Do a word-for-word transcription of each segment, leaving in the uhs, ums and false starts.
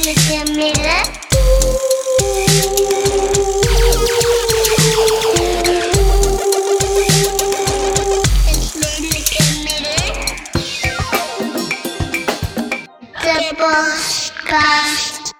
redelijke midden. Het redelijke midden. De podcast.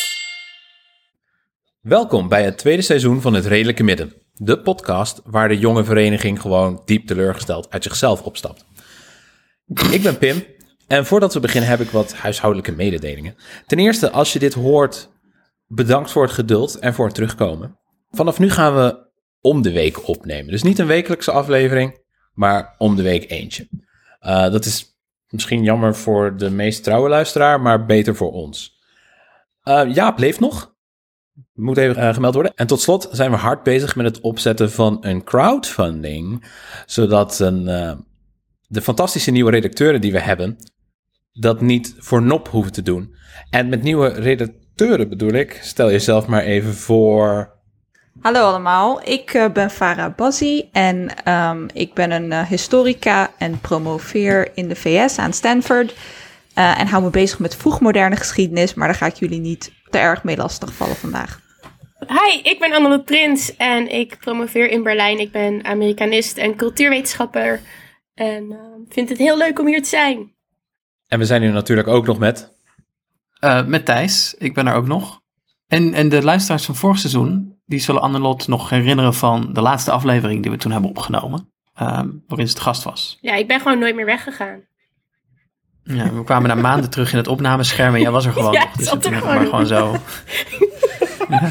Welkom bij het tweede seizoen van Het Redelijke Midden. De podcast waar de jonge vereniging gewoon diep teleurgesteld uit zichzelf opstapt. Ik ben Pim en voordat we beginnen heb ik wat huishoudelijke mededelingen. Ten eerste, als je dit hoort, bedankt voor het geduld en voor het terugkomen. Vanaf nu gaan we om de week opnemen. Dus niet een wekelijkse aflevering, maar om de week eentje. Uh, dat is misschien jammer voor de meest trouwe luisteraar, maar beter voor ons. Uh, Jaap leeft nog. Moet even uh, gemeld worden. En tot slot zijn we hard bezig met het opzetten van een crowdfunding. Zodat een, uh, de fantastische nieuwe redacteuren die we hebben, dat niet voor nop hoeven te doen. En met nieuwe redacteuren bedoel ik, stel jezelf maar even voor. Hallo allemaal, ik uh, ben Farah Bazzi en um, ik ben een uh, historica en promoveer in de V S aan Stanford. Uh, en hou me bezig met vroegmoderne geschiedenis, maar daar ga ik jullie niet te erg mee lastigvallen vandaag. Hi, ik ben Annelotte Prins en ik promoveer in Berlijn. Ik ben Amerikanist en cultuurwetenschapper en uh, vind het heel leuk om hier te zijn. En we zijn hier natuurlijk ook nog met... Uh, met Thijs, ik ben er ook nog. En, en de luisteraars van vorig seizoen, die zullen Annelotte nog herinneren van de laatste aflevering die we toen hebben opgenomen. Uh, waarin ze te gast was. Ja, ik ben gewoon nooit meer weggegaan. Ja, we kwamen na maanden terug in het opnamescherm en jij was er gewoon ja, nog. Dus zat toen er hebben we maar gewoon zo. Ja.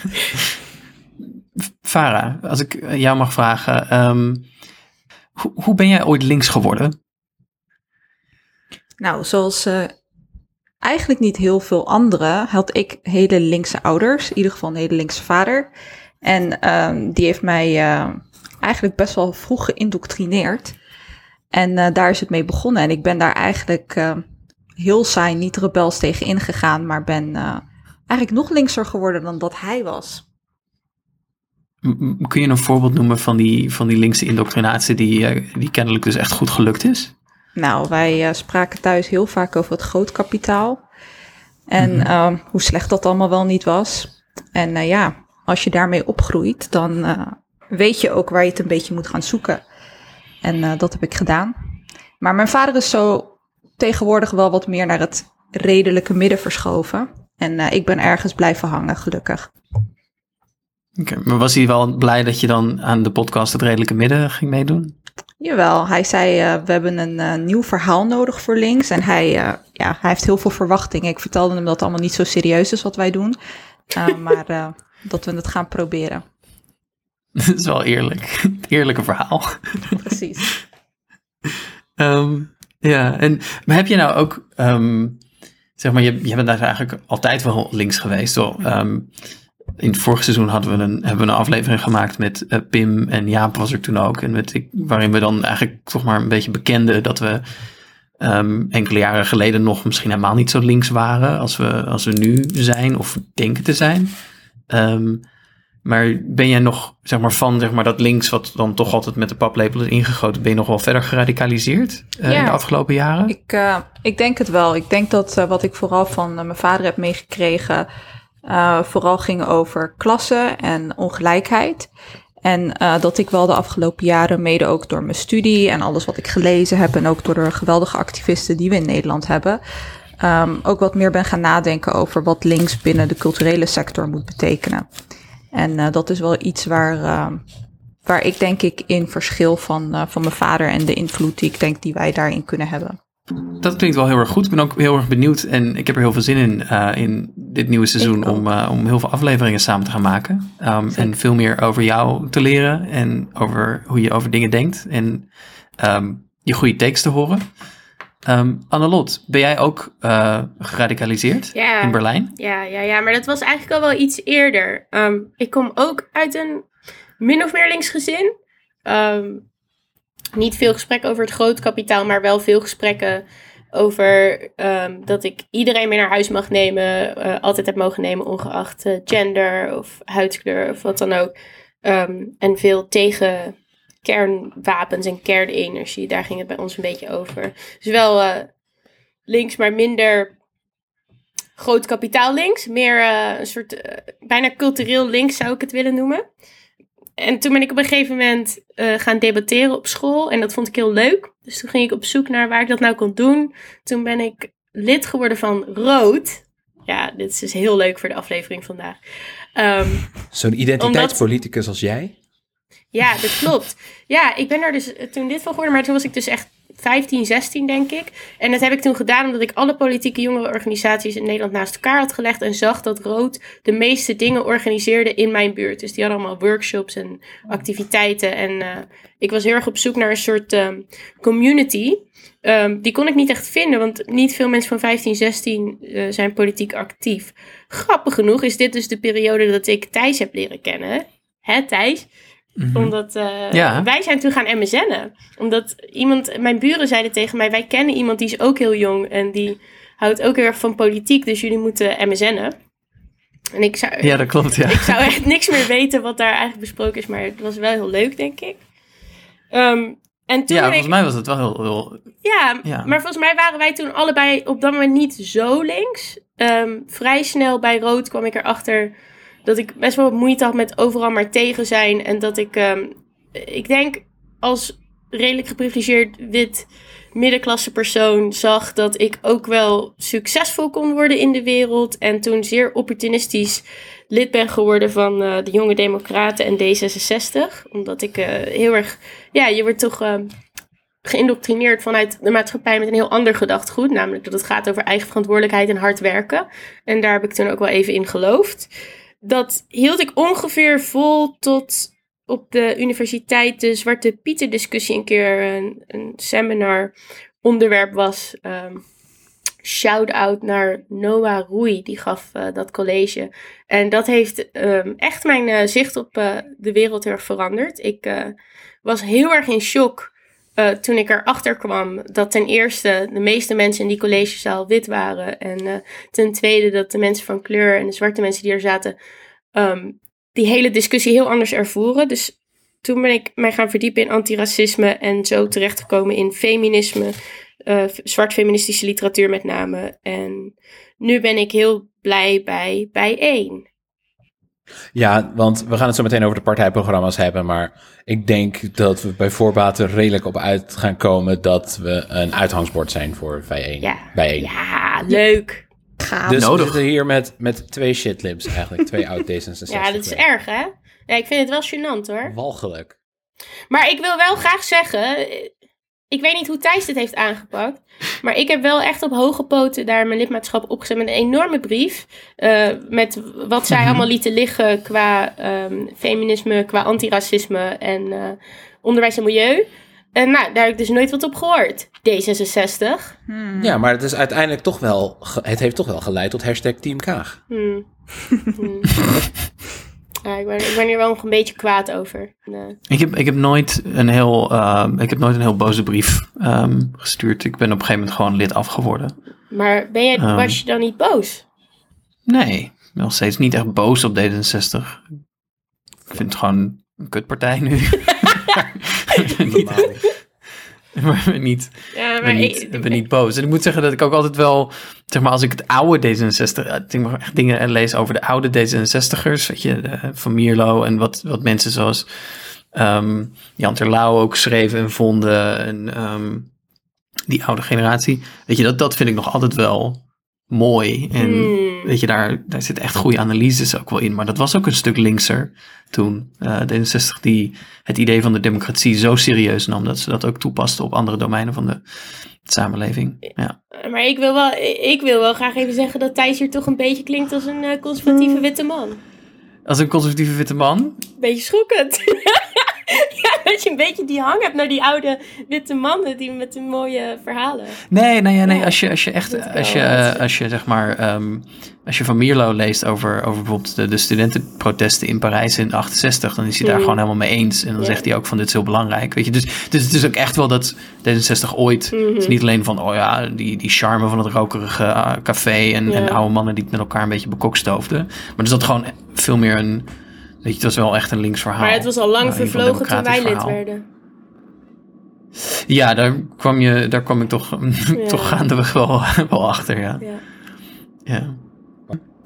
Farah, als ik jou mag vragen, um, hoe, hoe ben jij ooit links geworden? Nou, zoals uh, eigenlijk niet heel veel anderen had ik hele linkse ouders, in ieder geval een hele linkse vader. En um, die heeft mij uh, eigenlijk best wel vroeg geïndoctrineerd. En uh, daar is het mee begonnen. En ik ben daar eigenlijk uh, heel saai niet rebels tegen ingegaan, maar ben uh, eigenlijk nog linkser geworden dan dat hij was. M- kun je een voorbeeld noemen van die, van die linkse indoctrinatie die, uh, die kennelijk dus echt goed gelukt is? Nou, wij uh, spraken thuis heel vaak over het grootkapitaal. En mm-hmm. uh, hoe slecht dat allemaal wel niet was. En uh, ja, als je daarmee opgroeit, dan uh, weet je ook waar je het een beetje moet gaan zoeken. En uh, dat heb ik gedaan. Maar mijn vader is zo tegenwoordig wel wat meer naar het redelijke midden verschoven. En uh, ik ben ergens blijven hangen, gelukkig. Okay, maar was hij wel blij dat je dan aan de podcast Het Redelijke Midden ging meedoen? Jawel, hij zei uh, we hebben een uh, nieuw verhaal nodig voor links. En hij, uh, ja, hij heeft heel veel verwachtingen. Ik vertelde hem dat het allemaal niet zo serieus is wat wij doen. Uh, maar uh, dat we het gaan proberen. Dat is wel eerlijk. Het eerlijke verhaal. Precies. um, ja, en maar heb je nou ook, um, zeg maar, je, je bent daar eigenlijk altijd wel links geweest. Hoor. Um, in het vorige seizoen hadden we een, hebben we een aflevering gemaakt met uh, Pim en Jaap was er toen ook. En met, ik, waarin we dan eigenlijk toch maar een beetje bekenden dat we um, enkele jaren geleden nog misschien helemaal niet zo links waren als we, als we nu zijn of denken te zijn. Um, Maar ben jij nog, zeg maar, van zeg maar, dat links wat dan toch altijd met de paplepel is ingegoten, ben je nog wel verder geradicaliseerd uh, ja, in de afgelopen jaren? Ik, uh, ik denk het wel. Ik denk dat uh, wat ik vooral van uh, mijn vader heb meegekregen, uh, vooral ging over klasse en ongelijkheid. En uh, dat ik wel de afgelopen jaren, mede ook door mijn studie en alles wat ik gelezen heb en ook door de geweldige activisten die we in Nederland hebben, um, ook wat meer ben gaan nadenken over wat links binnen de culturele sector moet betekenen. En uh, dat is wel iets waar, uh, waar ik denk ik in verschil van, uh, van mijn vader en de invloed die ik denk die wij daarin kunnen hebben. Dat klinkt wel heel erg goed. Ik ben ook heel erg benieuwd en ik heb er heel veel zin in uh, in dit nieuwe seizoen om, uh, om heel veel afleveringen samen te gaan maken. Um, en veel meer over jou te leren en over hoe je over dingen denkt en um, je goede takes te horen. Um, Annelotte, ben jij ook uh, geradicaliseerd ja, in Berlijn? Ja, ja, ja, maar dat was eigenlijk al wel iets eerder. Um, ik kom ook uit een min of meer links gezin. Um, niet veel gesprekken over het grootkapitaal, maar wel veel gesprekken over um, dat ik iedereen mee naar huis mag nemen. Uh, altijd heb mogen nemen, ongeacht uh, gender of huidskleur of wat dan ook. Um, en veel tegen kernwapens en kernenergie. Daar ging het bij ons een beetje over. Dus wel uh, links, maar minder groot kapitaal links. Meer uh, een soort uh, bijna cultureel links zou ik het willen noemen. En toen ben ik op een gegeven moment uh, gaan debatteren op school. En dat vond ik heel leuk. Dus toen ging ik op zoek naar waar ik dat nou kon doen. Toen ben ik lid geworden van Rood. Ja, dit is dus heel leuk voor de aflevering vandaag. Um, Zo'n identiteitspoliticus als jij? Ja, dat klopt. Ja, ik ben daar dus toen lid van geworden. Maar toen was ik dus echt vijftien, zestien denk ik. En dat heb ik toen gedaan omdat ik alle politieke jongerenorganisaties in Nederland naast elkaar had gelegd. En zag dat Rood de meeste dingen organiseerde in mijn buurt. Dus die hadden allemaal workshops en activiteiten. En uh, ik was heel erg op zoek naar een soort um, community. Um, die kon ik niet echt vinden, want niet veel mensen van vijftien, zestien uh, zijn politiek actief. Grappig genoeg is dit dus de periode dat ik Thijs heb leren kennen. Hè, Thijs? Mm-hmm. Omdat uh, ja. wij zijn toen gaan M S N'en. Omdat iemand, mijn buren zeiden tegen mij, wij kennen iemand die is ook heel jong en die houdt ook heel erg van politiek, dus jullie moeten M S N'en. En ik zou, ja, dat klopt, ja. Ik zou echt niks meer weten wat daar eigenlijk besproken is, maar het was wel heel leuk, denk ik. Um, en toen ja, volgens ik, mij was het wel heel... heel ja, ja, maar volgens mij waren wij toen allebei op dat moment niet zo links. Um, vrij snel bij Rood kwam ik erachter dat ik best wel wat moeite had met overal maar tegen zijn. En dat ik, um, ik denk als redelijk geprivilegeerd wit middenklasse persoon zag dat ik ook wel succesvol kon worden in de wereld. En toen zeer opportunistisch lid ben geworden van uh, de Jonge Democraten en D zesenzestig. Omdat ik uh, heel erg, ja, je wordt toch uh, geïndoctrineerd vanuit de maatschappij met een heel ander gedachtegoed. Namelijk dat het gaat over eigen verantwoordelijkheid en hard werken. En daar heb ik toen ook wel even in geloofd. Dat hield ik ongeveer vol tot op de universiteit de Zwarte Pieten discussie een keer een, een seminar onderwerp was. Um, shout-out naar Noah Roei, die gaf uh, dat college. En dat heeft um, echt mijn uh, zicht op uh, de wereld heel erg veranderd. Ik uh, was heel erg in shock uh, toen ik erachter kwam dat ten eerste de meeste mensen in die collegezaal wit waren. En uh, ten tweede dat de mensen van kleur en de zwarte mensen die er zaten um, die hele discussie heel anders ervoeren. Dus toen ben ik mij gaan verdiepen in antiracisme en zo terechtgekomen in feminisme, uh, zwart feministische literatuur met name. En nu ben ik heel blij bij Bijeen. Ja, want we gaan het zo meteen over de partijprogramma's hebben, maar ik denk dat we bij voorbaat er redelijk op uit gaan komen dat we een uithangsbord zijn voor Bijeen. Ja, Bijeen. ja leuk. Gaaf. Dus nodig. we zitten hier met, met twee shitlips eigenlijk, twee oud D zesenzestig. Ja, dat is erg, hè? Ja, ik vind het wel gênant, hoor. Walgelijk. Maar ik wil wel graag zeggen, ik weet niet hoe Thijs dit heeft aangepakt, maar ik heb wel echt op hoge poten daar mijn lidmaatschap opgezet met een enorme brief. Uh, met wat zij allemaal lieten liggen qua um, feminisme, qua antiracisme en uh, onderwijs en milieu. En nou, daar heb ik dus nooit wat op gehoord. D zesenzestig. Hmm. Ja, maar het is uiteindelijk toch wel, ge- het heeft toch wel geleid tot hashtag Team Kaag. Hmm. Hmm. Ja, ik ben, ik ben hier wel nog een beetje kwaad over. Nee. Ik heb, ik heb nooit een heel, uh, ik heb nooit een heel boze brief um, gestuurd. Ik ben op een gegeven moment gewoon lid afgeworden. Maar ben je, Um, was je dan niet boos? Nee, ik ben nog steeds niet echt boos op D zesenzestig. Ik vind het gewoon een kutpartij nu. Normaal. Maar ik ben niet, Ja, ben niet, ik ben niet boos. En ik moet zeggen dat ik ook altijd wel, zeg maar, als ik het oude D zesenzestig, ik denk maar echt dingen lees over de oude D zesenzestigers, weet je, de, van Mierlo en wat, wat mensen zoals um, Jan Terlouw ook schreven en vonden en um, die oude generatie, weet je, dat, dat vind ik nog altijd wel mooi. En Hmm. weet je, daar, daar zit echt goede analyses ook wel in. Maar dat was ook een stuk linkser toen. Uh, D zesenzestig die het idee van de democratie zo serieus nam dat ze dat ook toepasten op andere domeinen van de samenleving. Ja. Maar ik wil, wel, ik wil wel graag even zeggen dat Thijs hier toch een beetje klinkt als een uh, conservatieve witte man. Als een conservatieve witte man. Beetje schokkend. Ja, dat je een beetje die hang hebt naar die oude witte mannen die met de mooie verhalen. Nee, nee, nee, Ja, als je, als je echt, dat is als je, wel uh, wat. als je zeg maar, um, als je van Mierlo leest over, over bijvoorbeeld de, de studentenprotesten in Parijs in achtenzestig, dan is hij daar Mm. gewoon helemaal mee eens. En dan Ja. zegt hij ook van dit is heel belangrijk, weet je. Dus, dus het is ook echt wel dat D zesenzestig ooit, Mhm. het is niet alleen van, oh ja, die, die charme van het rokerige uh, café en, Ja. en oude mannen die het met elkaar een beetje bekokstoofden. Maar er zat gewoon veel meer een, weet je, het was wel echt een links verhaal. Maar het was al lang Uh, in ieder geval vervlogen toen wij democratisch lid verhaal. werden. Ja, daar kwam, je, daar kwam ik toch, Ja. toch gaandeweg wel, wel achter, ja. Ja. ja.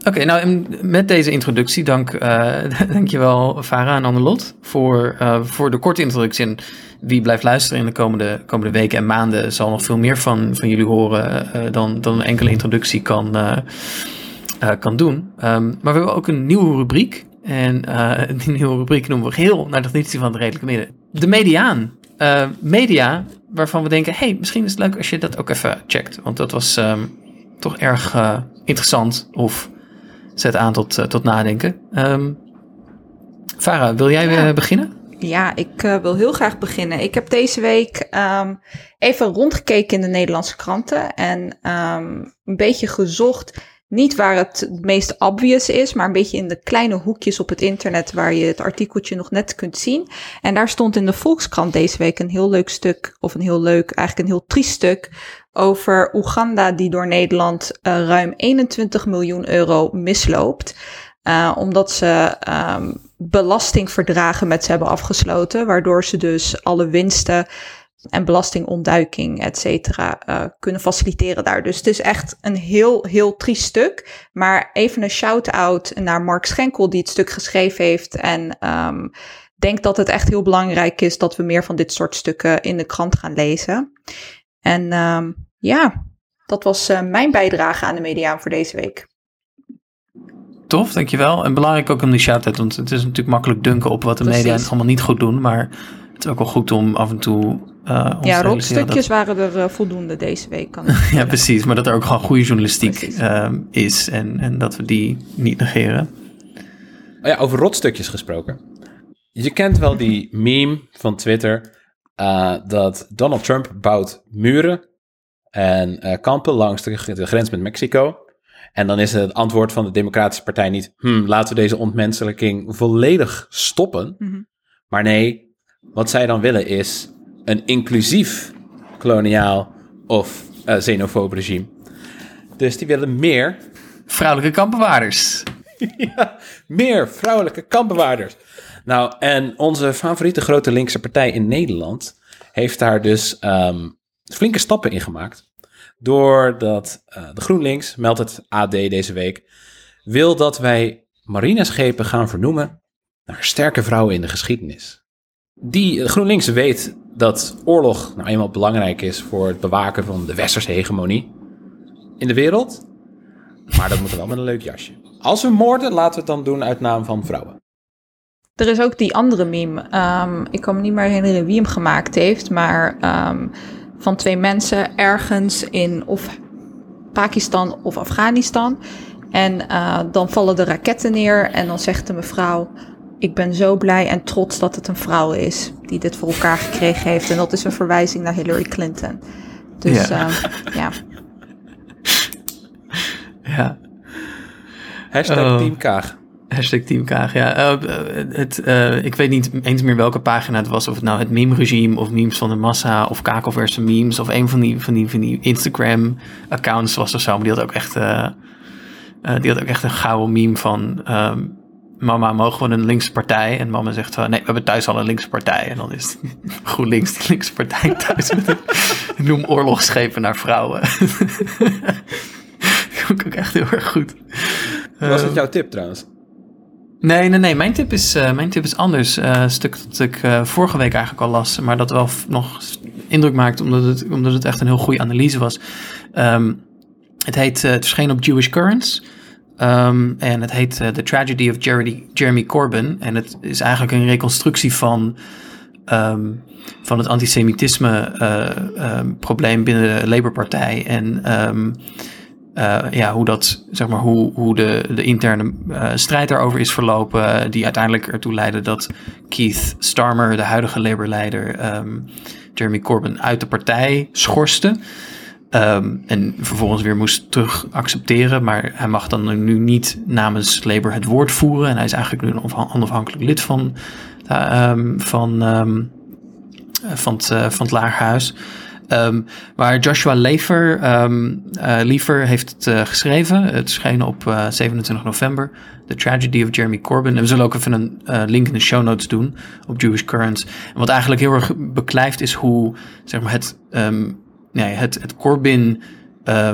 Oké, nou en met deze introductie, dank, uh, dankjewel Farah en Annelot voor, uh, voor de korte introductie. En wie blijft luisteren in de komende, komende weken en maanden zal nog veel meer van, van jullie horen uh, dan, dan een enkele introductie kan, uh, uh, kan doen. Um, maar we hebben ook een nieuwe rubriek. En uh, die nieuwe rubriek noemen we geheel naar de traditie van het redelijke midden. De mediaan. Uh, media waarvan we denken, hey, misschien is het leuk als je dat ook even checkt. Want dat was um, toch erg uh, interessant of zet aan tot, uh, tot nadenken. Um, Farah, wil jij ja. uh, beginnen? Ja, ik uh, wil heel graag beginnen. Ik heb deze week um, even rondgekeken in de Nederlandse kranten en um, een beetje gezocht, niet waar het het meest obvious is, maar een beetje in de kleine hoekjes op het internet waar je het artikeltje nog net kunt zien. En daar stond in de Volkskrant deze week een heel leuk stuk, of een heel leuk, eigenlijk een heel triest stuk, over Oeganda die door Nederland uh, ruim eenentwintig miljoen euro misloopt. Uh, omdat ze um, belastingverdragen met ze hebben afgesloten, waardoor ze dus alle winsten en belastingontduiking, et cetera, uh, kunnen faciliteren daar. Dus het is echt een heel, heel triest stuk. Maar even een shout-out naar Mark Schenkel, die het stuk geschreven heeft. En um, denk dat het echt heel belangrijk is dat we meer van dit soort stukken in de krant gaan lezen. En um, ja, dat was uh, mijn bijdrage aan de mediaan voor deze week. Tof, dankjewel. En belangrijk ook om die shout-out, want het is natuurlijk makkelijk dunken op wat de Precies. media allemaal niet goed doen, maar het is ook wel goed om af en toe uh, ons ja, te rotstukjes dat... waren er uh, voldoende deze week. Kan ik ja, precies. Maar dat er ook gewoon goede journalistiek uh, is en, en dat we die niet negeren. Oh ja, over rotstukjes gesproken. Je kent wel die meme van Twitter uh, dat Donald Trump bouwt muren en uh, kampen langs de, de grens met Mexico. En dan is het antwoord van de Democratische Partij niet, hmm, laten we deze ontmenselijking volledig stoppen. Mm-hmm. Maar nee, wat zij dan willen is een inclusief koloniaal of uh, xenofoob regime. Dus die willen meer... Vrouwelijke kampbewaarders. ja, meer vrouwelijke kampbewaarders. Nou, en onze favoriete grote linkse partij in Nederland heeft daar dus um, flinke stappen in gemaakt. Doordat uh, de GroenLinks, meldt het A D deze week, wil dat wij marineschepen gaan vernoemen naar sterke vrouwen in de geschiedenis. Die GroenLinks weet dat oorlog nou eenmaal belangrijk is voor het bewaken van de westerse hegemonie in de wereld. Maar dat moet wel met een leuk jasje. Als we moorden, laten we het dan doen uit naam van vrouwen. Er is ook die andere meme. Um, ik kan me niet meer herinneren wie hem gemaakt heeft, maar um, van twee mensen ergens in of Pakistan of Afghanistan. En uh, dan vallen de raketten neer en dan zegt de mevrouw, ik ben zo blij en trots dat het een vrouw is die dit voor elkaar gekregen heeft. En dat is een verwijzing naar Hillary Clinton. Dus ja. Uh, ja. ja. Hashtag oh. Team Kaag. Hashtag Team Kaag, ja. Uh, het, uh, ik weet niet eens meer welke pagina het was. Of het nou het meme-regime of memes van de massa of kakelverse memes. Of een van die, van die, van die Instagram-accounts was of zo. Maar die had ook echt, uh, uh, die had ook echt een gouden meme van... Um, mama, mogen we een linkse partij? En mama zegt van, nee, we hebben thuis al een linkse partij. En dan is het GroenLinks die linkse partij thuis met een noem oorlogsschepen naar vrouwen. Dat vond ik ook echt heel erg goed. Was dat jouw tip trouwens? Nee, nee, nee. Mijn tip is, uh, mijn tip is anders. Uh, een stuk dat ik uh, vorige week eigenlijk al las, maar dat wel f- nog indruk maakt, omdat het, omdat het echt een heel goede analyse was. Um, het heet, uh, het verscheen op Jewish Currents. Um, en het heet uh, The Tragedy of Jeremy, Jeremy Corbyn. En het is eigenlijk een reconstructie van, um, van het antisemitisme uh, um, probleem binnen de Labour-partij. En um, uh, ja, hoe dat, zeg maar, hoe, hoe de, de interne uh, strijd daarover is verlopen, die uiteindelijk ertoe leidde dat Keith Starmer, de huidige Labour-leider, um, Jeremy Corbyn uit de partij schorste. Um, en vervolgens weer moest terug accepteren. Maar hij mag dan nu niet namens Labour het woord voeren. En hij is eigenlijk nu een onafhankelijk lid van, uh, um, van, um, van, het, uh, van het Lagerhuis. Um, maar Joshua Lever, um, uh, Lever heeft het uh, geschreven. Het verscheen op uh, zevenentwintig november. The Tragedy of Jeremy Corbyn. En we zullen ook even een uh, link in de show notes doen op Jewish Currents. En wat eigenlijk heel erg beklijft is hoe, zeg maar, het... Um, Nee, het, het Corbyn um,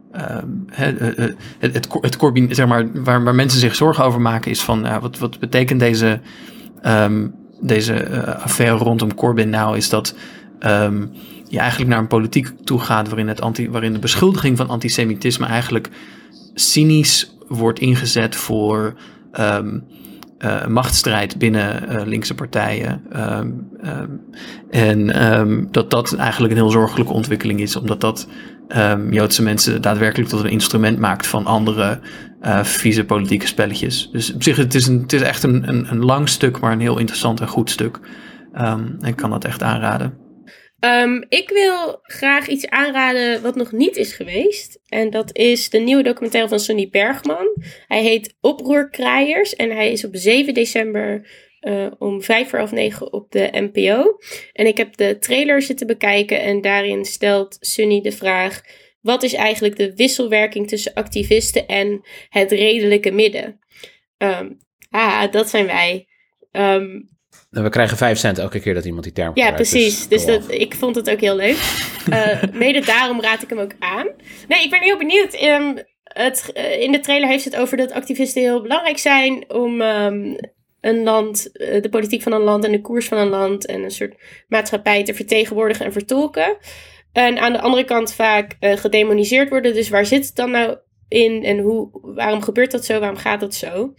Um, het, het, het, het Corbyn, zeg maar, waar, waar mensen zich zorgen over maken, is van uh, wat, wat betekent deze, um, deze uh, affaire rondom Corbyn nou? Is dat um, je eigenlijk naar een politiek toe gaat waarin, het anti, waarin de beschuldiging van antisemitisme eigenlijk cynisch wordt ingezet voor um, uh, machtsstrijd binnen uh, linkse partijen. Um, um, en um, dat dat eigenlijk een heel zorgelijke ontwikkeling is, omdat dat um, Joodse mensen daadwerkelijk tot een instrument maakt van andere uh, vieze politieke spelletjes. Dus op zich, het is, een, het is echt een, een, een lang stuk, maar een heel interessant en goed stuk. Um, ik kan dat echt aanraden. Um, ik wil graag iets aanraden wat nog niet is geweest. En dat is de nieuwe documentaire van Sonny Bergman. Hij heet Oproerkraaiers en hij is op zeven december uh, om vijf voor half negen op de N P O. En ik heb de trailer zitten bekijken en daarin stelt Sonny de vraag: wat is eigenlijk de wisselwerking tussen activisten en het redelijke midden? Um, ah, dat zijn wij. Um, We krijgen vijf cent elke keer dat iemand die term Ja, gebruikt. precies. Dus dat, ik vond het ook heel leuk. Uh, mede daarom raad ik hem ook aan. Nee, ik ben heel benieuwd. Um, het, uh, in de trailer heeft het over dat activisten heel belangrijk zijn om um, een land, uh, de politiek van een land en de koers van een land en een soort maatschappij te vertegenwoordigen en vertolken. En aan de andere kant vaak uh, gedemoniseerd worden. Dus waar zit het dan nou in en hoe, waarom gebeurt dat zo? Waarom gaat dat zo?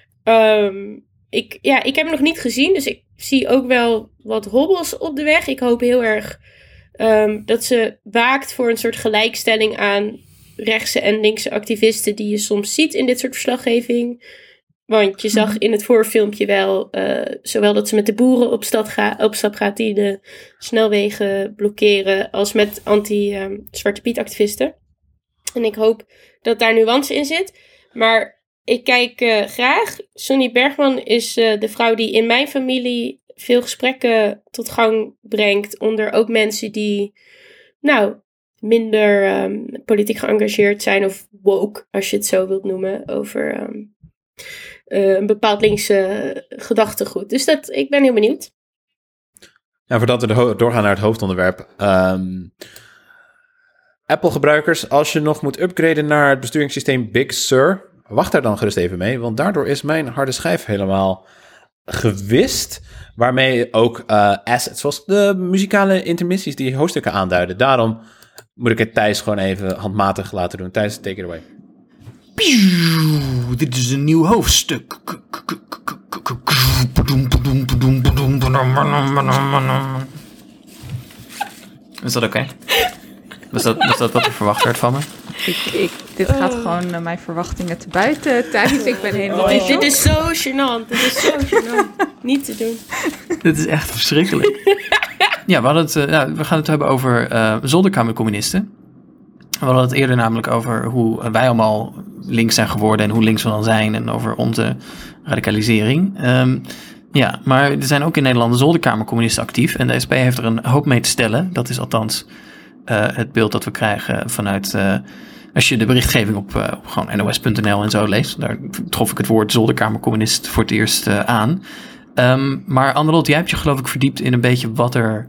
Um, ik, ja, ik heb hem nog niet gezien, dus ik zie ook wel wat hobbels op de weg. Ik hoop heel erg um, dat ze waakt voor een soort gelijkstelling aan rechtse en linkse activisten die je soms ziet in dit soort verslaggeving. Want je zag in het voorfilmpje wel, uh, zowel dat ze met de boeren op, stad ga, op stap gaat die de snelwegen blokkeren, als met anti-Zwarte Piet activisten. En ik hoop dat daar nuance in zit. Maar ik kijk uh, graag. Sonny Bergman is uh, de vrouw die in mijn familie veel gesprekken tot gang brengt onder ook mensen die, nou, minder um, politiek geëngageerd zijn of woke, als je het zo wilt noemen, over um, uh, een bepaald linkse gedachtegoed. Dus dat, ik ben heel benieuwd. Ja, voordat we ho- doorgaan naar het hoofdonderwerp. Um, Apple-gebruikers, als je nog moet upgraden naar het besturingssysteem Big Sur, wacht daar dan gerust even mee, want daardoor is mijn harde schijf helemaal gewist. Waarmee ook uh, assets, zoals de muzikale intermissies die hoofdstukken aanduiden. Daarom moet ik het Thijs gewoon even handmatig laten doen. Thijs, take it away. Pieuw, dit is een nieuw hoofdstuk. Is dat oké? Okay? Was dat, was dat wat er verwacht werd van me? Ik, ik, dit gaat gewoon uh, mijn verwachtingen te buiten, Thijs. Ik ben helemaal in Dit, dit is zo gênant. Dit is zo gênant. Niet te doen. Dit is echt verschrikkelijk. Ja, we, hadden het, uh, nou, we gaan het hebben over uh, zolderkamercommunisten. We hadden het eerder namelijk over hoe wij allemaal links zijn geworden en hoe links we dan zijn en over onze radicalisering. Um, ja, maar er zijn ook in Nederland de zolderkamercommunisten actief en de S P heeft er een hoop mee te stellen. Dat is althans uh, het beeld dat we krijgen vanuit, uh, als je de berichtgeving op, uh, op gewoon N O S punt N L en zo leest. Daar trof ik het woord zolderkamercommunist voor het eerst uh, aan. Um, maar Anne-Lot, jij hebt je geloof ik verdiept in een beetje wat er,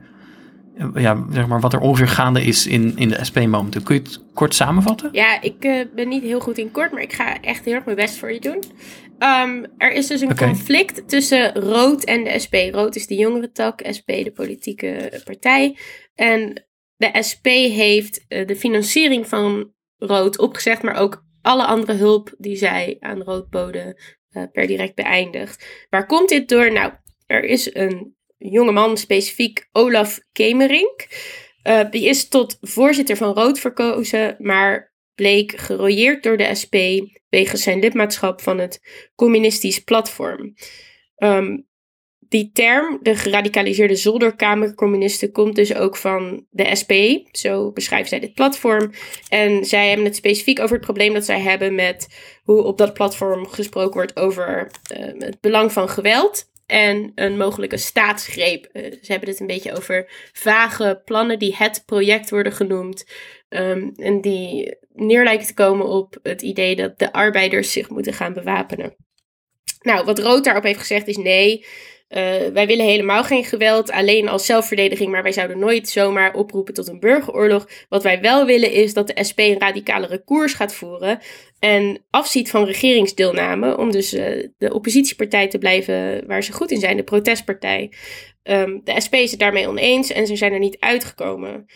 ja, zeg maar, wat er ongeveer gaande is in, in de S P momenteel. Kun je het kort samenvatten? Ja, ik uh, ben niet heel goed in kort, maar ik ga echt heel erg mijn best voor je doen. Um, er is dus een okay. conflict tussen Rood en de S P. Rood is de jongere tak, S P de politieke partij. En de S P heeft uh, de financiering van Rood opgezegd, maar ook alle andere hulp die zij aan Rood boden uh, per direct beëindigd. Waar komt dit door? Nou, er is een jongeman, specifiek Olaf Kemerink. Uh, die is tot voorzitter van Rood verkozen, maar bleek gerooieerd door de S P wegens zijn lidmaatschap van het communistisch platform. Um, die term, de geradicaliseerde zolderkamercommunisten, komt dus ook van de S P. Zo beschrijft zij dit platform. En zij hebben het specifiek over het probleem dat zij hebben met hoe op dat platform gesproken wordt over uh, het belang van geweld en een mogelijke staatsgreep. Uh, ze hebben het een beetje over vage plannen die het project worden genoemd. Um, en die neer lijken te komen op het idee dat de arbeiders zich moeten gaan bewapenen. Nou, wat Rood daarop heeft gezegd is nee. Uh, wij willen helemaal geen geweld, alleen als zelfverdediging, maar wij zouden nooit zomaar oproepen tot een burgeroorlog. Wat wij wel willen is dat de S P een radicalere koers gaat voeren en afziet van regeringsdeelname, om dus uh, de oppositiepartij te blijven waar ze goed in zijn, de protestpartij. Um, de S P is het daarmee oneens en ze zijn er niet uitgekomen.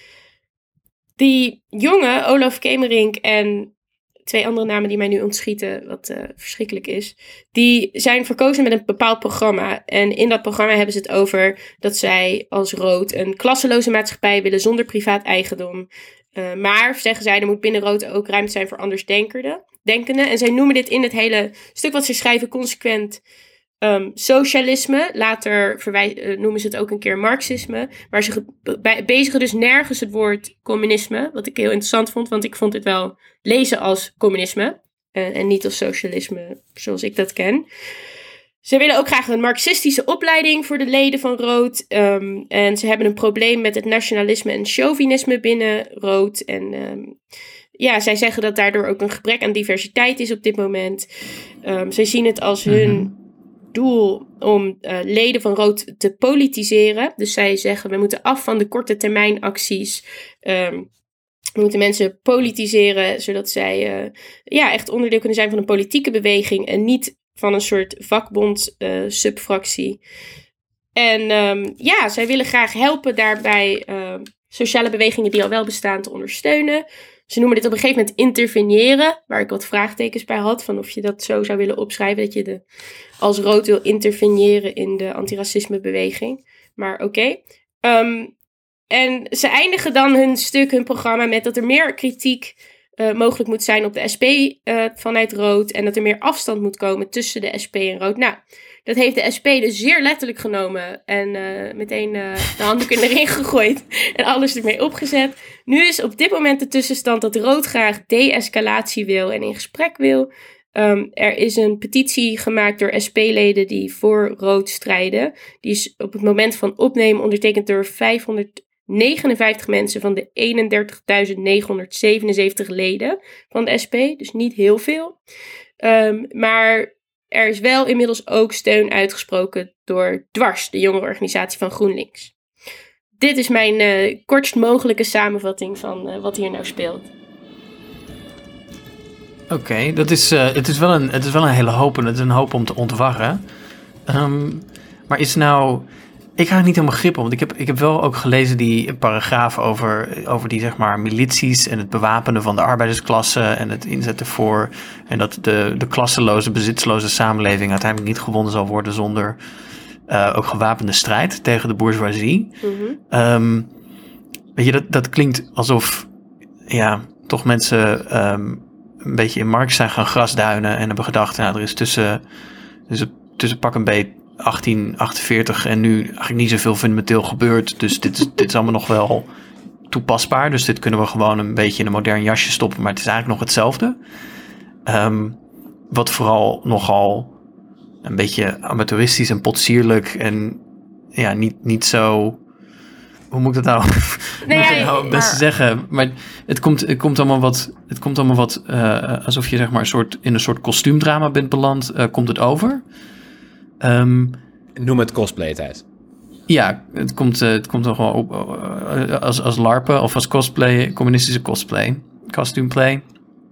Die jongen, Olaf Kemerink en twee andere namen die mij nu ontschieten, wat uh, verschrikkelijk is, die zijn verkozen met een bepaald programma. En in dat programma hebben ze het over dat zij als Rood een klasseloze maatschappij willen zonder privaat eigendom. Uh, maar, zeggen zij, er moet binnen Rood ook ruimte zijn voor andersdenkenden. En zij noemen dit in het hele stuk wat ze schrijven consequent Um, socialisme, later verwij- uh, noemen ze het ook een keer marxisme, maar ze ge- be- bezigen dus nergens het woord communisme, wat ik heel interessant vond, want ik vond het wel lezen als communisme uh, en niet als socialisme zoals ik dat ken. Ze willen ook graag een marxistische opleiding voor de leden van Rood. Um, en ze hebben een probleem met het nationalisme en chauvinisme binnen Rood. En um, ja, zij zeggen dat daardoor ook een gebrek aan diversiteit is op dit moment. Um, zij zien het als hun mm-hmm. doel om uh, leden van Rood te politiseren. Dus zij zeggen, we moeten af van de korte termijn acties. Um, we moeten mensen politiseren, zodat zij uh, ja, echt onderdeel kunnen zijn van een politieke beweging en niet van een soort vakbond uh, subfractie. En um, ja, zij willen graag helpen daarbij uh, sociale bewegingen die al wel bestaan te ondersteunen. Ze noemen dit op een gegeven moment interveneren, waar ik wat vraagtekens bij had, van of je dat zo zou willen opschrijven, dat je de, als Rood wil interveneren in de antiracismebeweging. Maar oké. Okay. Um, en ze eindigen dan hun stuk, hun programma, met dat er meer kritiek uh, mogelijk moet zijn op de S P uh, vanuit Rood en dat er meer afstand moet komen tussen de S P en Rood. Nou, dat heeft de S P dus zeer letterlijk genomen en uh, meteen uh, de handdoek in de ring gegooid en alles ermee opgezet. Nu is op dit moment de tussenstand dat Rood graag de-escalatie wil en in gesprek wil. Um, er is een petitie gemaakt door S P-leden die voor Rood strijden. Die is op het moment van opnemen ondertekend door vijfhonderdnegenenvijftig mensen van de eenendertigduizend negenhonderdzevenenzeventig leden van de S P. Dus niet heel veel. Um, maar er is wel inmiddels ook steun uitgesproken door Dwars, de jongerenorganisatie van GroenLinks. Dit is mijn uh, kortst mogelijke samenvatting van uh, wat hier nou speelt. Oké, okay, dat is, uh, het, is wel een, het is wel een hele hoop en het is een hoop om te ontwarren. Um, maar is nou... Ik ga er niet helemaal grip op, want ik heb, ik heb wel ook gelezen die paragraaf over, over die zeg maar milities en het bewapenen van de arbeidersklasse en het inzetten voor en dat de, de klasseloze, bezitsloze samenleving uiteindelijk niet gewonnen zal worden zonder uh, ook gewapende strijd tegen de bourgeoisie. Mm-hmm. Um, weet je, dat, dat klinkt alsof ja, toch mensen um, een beetje in Marx zijn gaan grasduinen en hebben gedacht, nou, er is tussen, dus tussen pak een beet achttien achtenveertig en nu eigenlijk niet zoveel fundamenteel gebeurd. Dus dit is, dit is allemaal nog wel toepasbaar. Dus dit kunnen we gewoon een beetje in een modern jasje stoppen. Maar het is eigenlijk nog hetzelfde. Um, wat vooral nogal een beetje amateuristisch en potsierlijk. En ja, niet, niet zo... Hoe moet ik dat nou, nee, ja, nou het beste maar... zeggen? Maar het komt, het komt allemaal wat... Het komt allemaal wat uh, alsof je zeg maar een soort, in een soort kostuumdrama bent beland. Uh, komt het over... Um, Noem het cosplay-tijd. Ja, het komt, uh, het komt toch wel op uh, als, als larpen of als cosplay, communistische cosplay, costumeplay.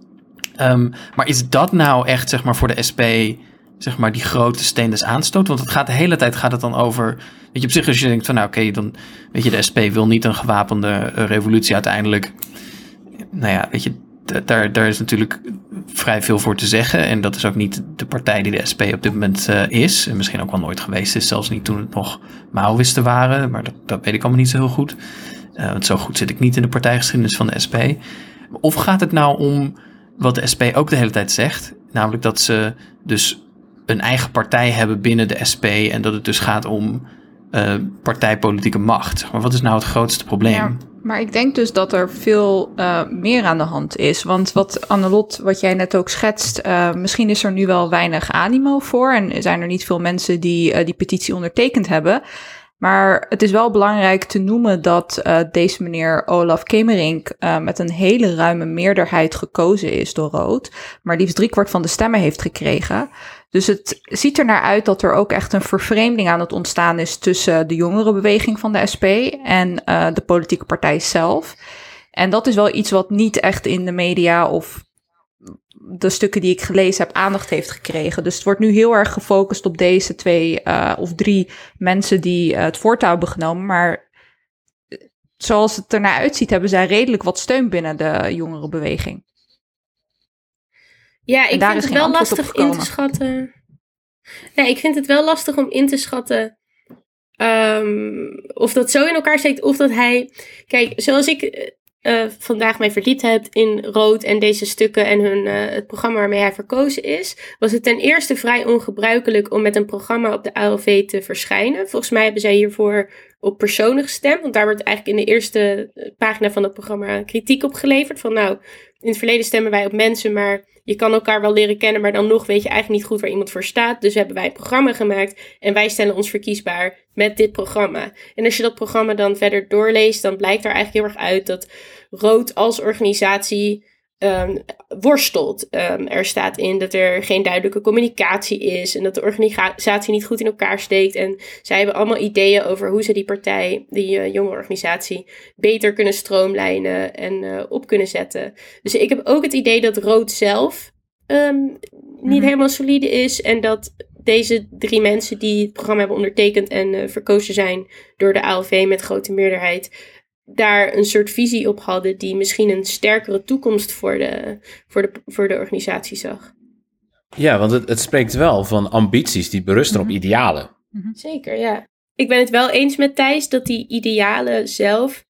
Um, maar is dat nou echt, zeg maar, voor de S P, zeg maar, die grote steen des aanstoot? Want het gaat de hele tijd gaat het dan over, weet je, op zich als je denkt van, nou oké, okay, dan, weet je, de S P wil niet een gewapende uh, revolutie uiteindelijk. Nou ja, weet je, Daar, daar is natuurlijk vrij veel voor te zeggen. En dat is ook niet de partij die de S P op dit moment uh, is. En misschien ook wel nooit geweest is. Zelfs niet toen het nog Maoïsten waren. Maar dat, dat weet ik allemaal niet zo heel goed. Uh, want zo goed zit ik niet in de partijgeschiedenis van de S P. Of gaat het nou om wat de S P ook de hele tijd zegt? Namelijk dat ze dus een eigen partij hebben binnen de S P. En dat het dus gaat om uh, partijpolitieke macht. Maar wat is nou het grootste probleem? Ja. Maar ik denk dus dat er veel uh, meer aan de hand is. Want wat Annelot, wat jij net ook schetst, uh, misschien is er nu wel weinig animo voor. En zijn er niet veel mensen die uh, die petitie ondertekend hebben. Maar het is wel belangrijk te noemen dat uh, deze meneer Olaf Kemerink uh, met een hele ruime meerderheid gekozen is door Rood. Maar liefst driekwart van de stemmen heeft gekregen. Dus het ziet er naar uit dat er ook echt een vervreemding aan het ontstaan is tussen de jongerenbeweging van de S P en uh, de politieke partij zelf. En dat is wel iets wat niet echt in de media of de stukken die ik gelezen heb aandacht heeft gekregen. Dus het wordt nu heel erg gefocust op deze twee uh, of drie mensen die uh, het voortouw hebben genomen. Maar zoals het er naar uitziet, hebben zij redelijk wat steun binnen de jongerenbeweging. Ja, ik daar vind is het geen wel antwoord op lastig in te gekomen. schatten. Nee, ik vind het wel lastig om in te schatten um, of dat zo in elkaar steekt of dat hij... Kijk, zoals ik uh, vandaag mij verdiept heb in Rood en deze stukken en hun, uh, het programma waarmee hij verkozen is, was het ten eerste vrij ongebruikelijk om met een programma op de A L V te verschijnen. Volgens mij hebben zij hiervoor op personen gestemd, want daar wordt eigenlijk in de eerste pagina van het programma kritiek op geleverd. Van nou, in het verleden stemmen wij op mensen, maar je kan elkaar wel leren kennen, maar dan nog weet je eigenlijk niet goed waar iemand voor staat. Dus hebben wij een programma gemaakt en wij stellen ons verkiesbaar met dit programma. En als je dat programma dan verder doorleest, dan blijkt er eigenlijk heel erg uit dat Rood als organisatie um, worstelt. Um, er staat in dat er geen duidelijke communicatie is en dat de organisatie niet goed in elkaar steekt. En zij hebben allemaal ideeën over hoe ze die partij, die uh, jonge organisatie, beter kunnen stroomlijnen en uh, op kunnen zetten. Dus ik heb ook het idee dat Rood zelf um, niet Mm-hmm. helemaal solide is en dat deze drie mensen die het programma hebben ondertekend en uh, verkozen zijn door de A L V met grote meerderheid, daar een soort visie op hadden die misschien een sterkere toekomst voor de, voor de, voor de organisatie zag. Ja, want het, het spreekt wel van ambities die berusten op idealen. Zeker, ja. Ik ben het wel eens met Thijs dat die idealen zelf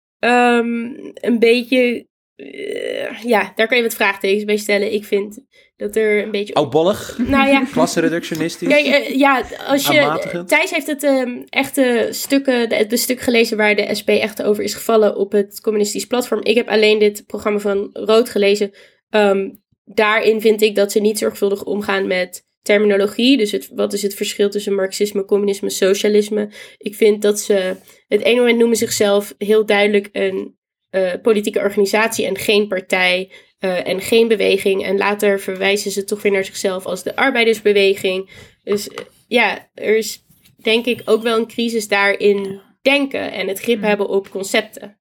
um, een beetje... Uh, ja, daar kun je wat vraagtekens bij stellen. Ik vind dat er een beetje... Oudbollig, Nou ja, klassenreductionistisch. Kijk, uh, ja, als je... Aanmatigend. Thijs heeft het um, echte stukken, de, de stuk gelezen waar de S P echt over is gevallen op het communistisch platform. Ik heb alleen dit programma van Rood gelezen. Um, daarin vind ik dat ze niet zorgvuldig omgaan met terminologie. Dus het, wat is het verschil tussen marxisme, communisme, socialisme? Ik vind dat ze... Het ene moment noemen zichzelf heel duidelijk een uh, politieke organisatie en geen partij. Uh, en geen beweging. En later verwijzen ze toch weer naar zichzelf als de arbeidersbeweging. Dus uh, ja, er is denk ik ook wel een crisis daarin denken. En het grip hebben op concepten.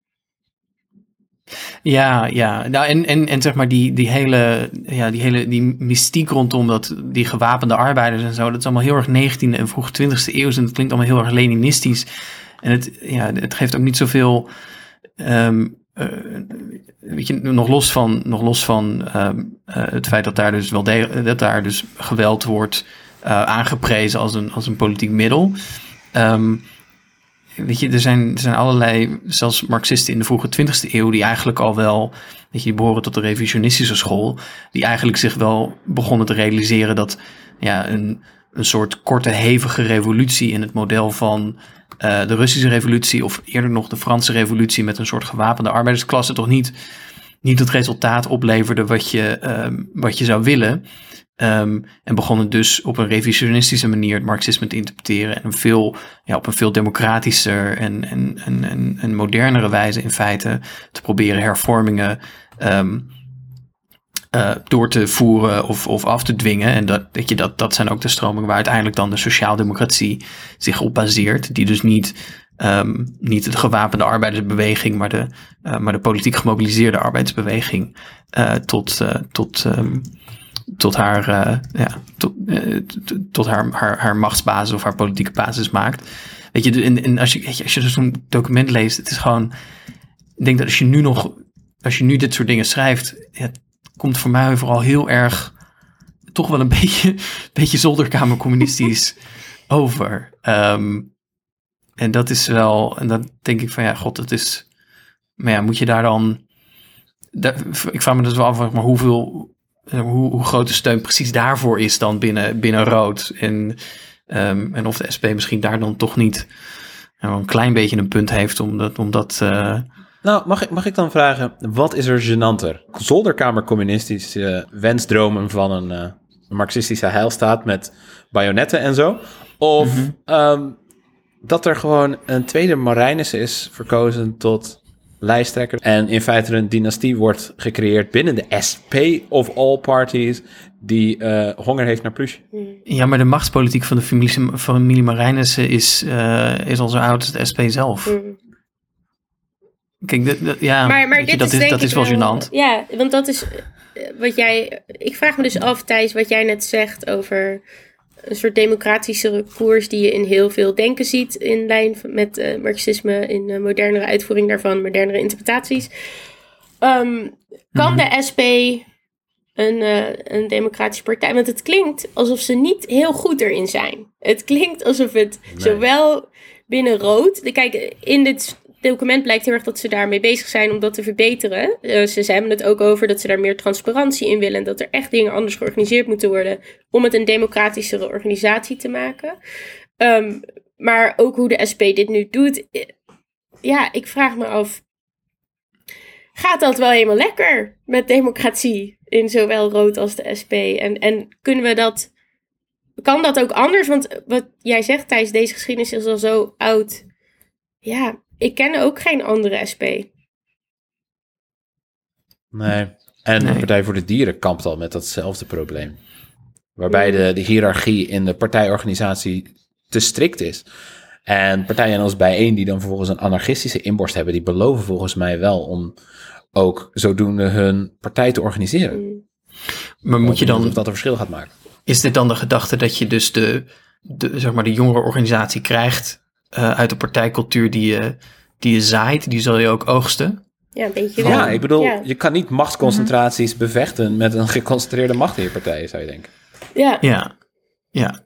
Ja, ja. Nou, en, en, en zeg maar die, die hele, ja, die hele die mystiek rondom dat, die gewapende arbeiders en zo, dat is allemaal heel erg negentiende en vroeg twintigste eeuw. En het klinkt allemaal heel erg Leninistisch. En het, ja, het geeft ook niet zoveel... Um, Uh, weet je, nog los van, nog los van uh, uh, het feit dat daar dus wel de, dat daar dus geweld wordt uh, aangeprezen als een, als een politiek middel. Um, weet je, er zijn, er zijn allerlei, zelfs Marxisten in de vroege twintigste eeuw, die eigenlijk al wel, weet je, die behoren tot de revisionistische school, die eigenlijk zich wel begonnen te realiseren dat ja, een, een soort korte, hevige revolutie in het model van Uh, de Russische revolutie of eerder nog de Franse revolutie met een soort gewapende arbeidersklasse toch niet, niet het resultaat opleverde wat je, um, wat je zou willen. Um, en begonnen dus op een revisionistische manier het marxisme te interpreteren en een veel, ja, op een veel democratischer en, en, en, en, en modernere wijze in feite te proberen hervormingen um, Uh, door te voeren of, of af te dwingen. En dat, weet je, dat, dat zijn ook de stromingen waar uiteindelijk dan de sociaaldemocratie zich op baseert. Die dus niet, um, niet de gewapende arbeidersbeweging, maar de, uh, maar de politiek gemobiliseerde arbeidsbeweging uh, tot, uh, tot, um, tot, haar, uh, ja, tot, uh, t- tot haar, haar, haar machtsbasis of haar politieke basis maakt. Weet je, en, en als je, weet je, als je dus zo'n document leest, het is gewoon, ik denk dat als je nu nog, als je nu dit soort dingen schrijft, ja, komt voor mij vooral heel erg toch wel een beetje, beetje zolderkamercommunistisch over. Um, en dat is wel, en dan denk ik van ja, god, het is, maar ja, moet je daar dan, daar, ik vraag me dus wel af, maar hoeveel, hoe, hoe groot de steun precies daarvoor is dan binnen, binnen Rood. En, um, en of de S P misschien daar dan toch niet nou, een klein beetje een punt heeft om dat, om dat uh, Nou, mag ik, mag ik dan vragen, wat is er gênanter? Zolderkamer-communistische wensdromen van een, uh, een marxistische heilstaat met bajonetten en zo? Of mm-hmm. um, dat er gewoon een tweede Marijnissen is verkozen tot lijsttrekker. En in feite een dynastie wordt gecreëerd binnen de S P of all parties die uh, honger heeft naar pluche. Ja, maar de machtspolitiek van de familie, familie Marijnissen is, uh, is al zo oud als de S P zelf. Mm. Kijk, de, de, ja, maar, maar je, dit dat is, is, denk dat ik is wel wel, gênant. Ja, want dat is wat jij... Ik vraag me dus af, Thijs, wat jij net zegt over een soort democratische koers die je in heel veel denken ziet in lijn met uh, marxisme, in uh, modernere uitvoering daarvan, modernere interpretaties. Um, kan Mm-hmm. de S P een, uh, een democratische partij... Want het klinkt alsof ze niet heel goed erin zijn. Het klinkt alsof het Nee. zowel binnen rood... Kijk, in dit document blijkt heel erg dat ze daarmee bezig zijn om dat te verbeteren. Uh, ze, ze hebben het ook over dat ze daar meer transparantie in willen en dat er echt dingen anders georganiseerd moeten worden om het een democratischere organisatie te maken. Um, maar ook hoe de S P dit nu doet, ja, ik vraag me af, gaat dat wel helemaal lekker met democratie in zowel rood als de S P? En, en kunnen we dat, kan dat ook anders? Want wat jij zegt, Thijs, deze geschiedenis is al zo oud. Ja, ik ken ook geen andere S P. Nee. En Nee. de Partij voor de Dieren kampt al met datzelfde probleem. Waarbij de, de hiërarchie in de partijorganisatie te strikt is. En partijen als Bijeen, die dan vervolgens een anarchistische inborst hebben, die beloven volgens mij wel om ook zodoende hun partij te organiseren. Mm. Maar moet je Of dan, dat een verschil gaat maken. is dit dan de gedachte dat je dus de, de, zeg maar de jongere organisatie krijgt uh, uit de partijcultuur die je, die je zaait, die zal je ook oogsten? Ja, een beetje wel. Ja, ik bedoel, Ja. je kan niet machtsconcentraties bevechten met een geconcentreerde macht in je partij, zou je denken. Ja. Ja, ja.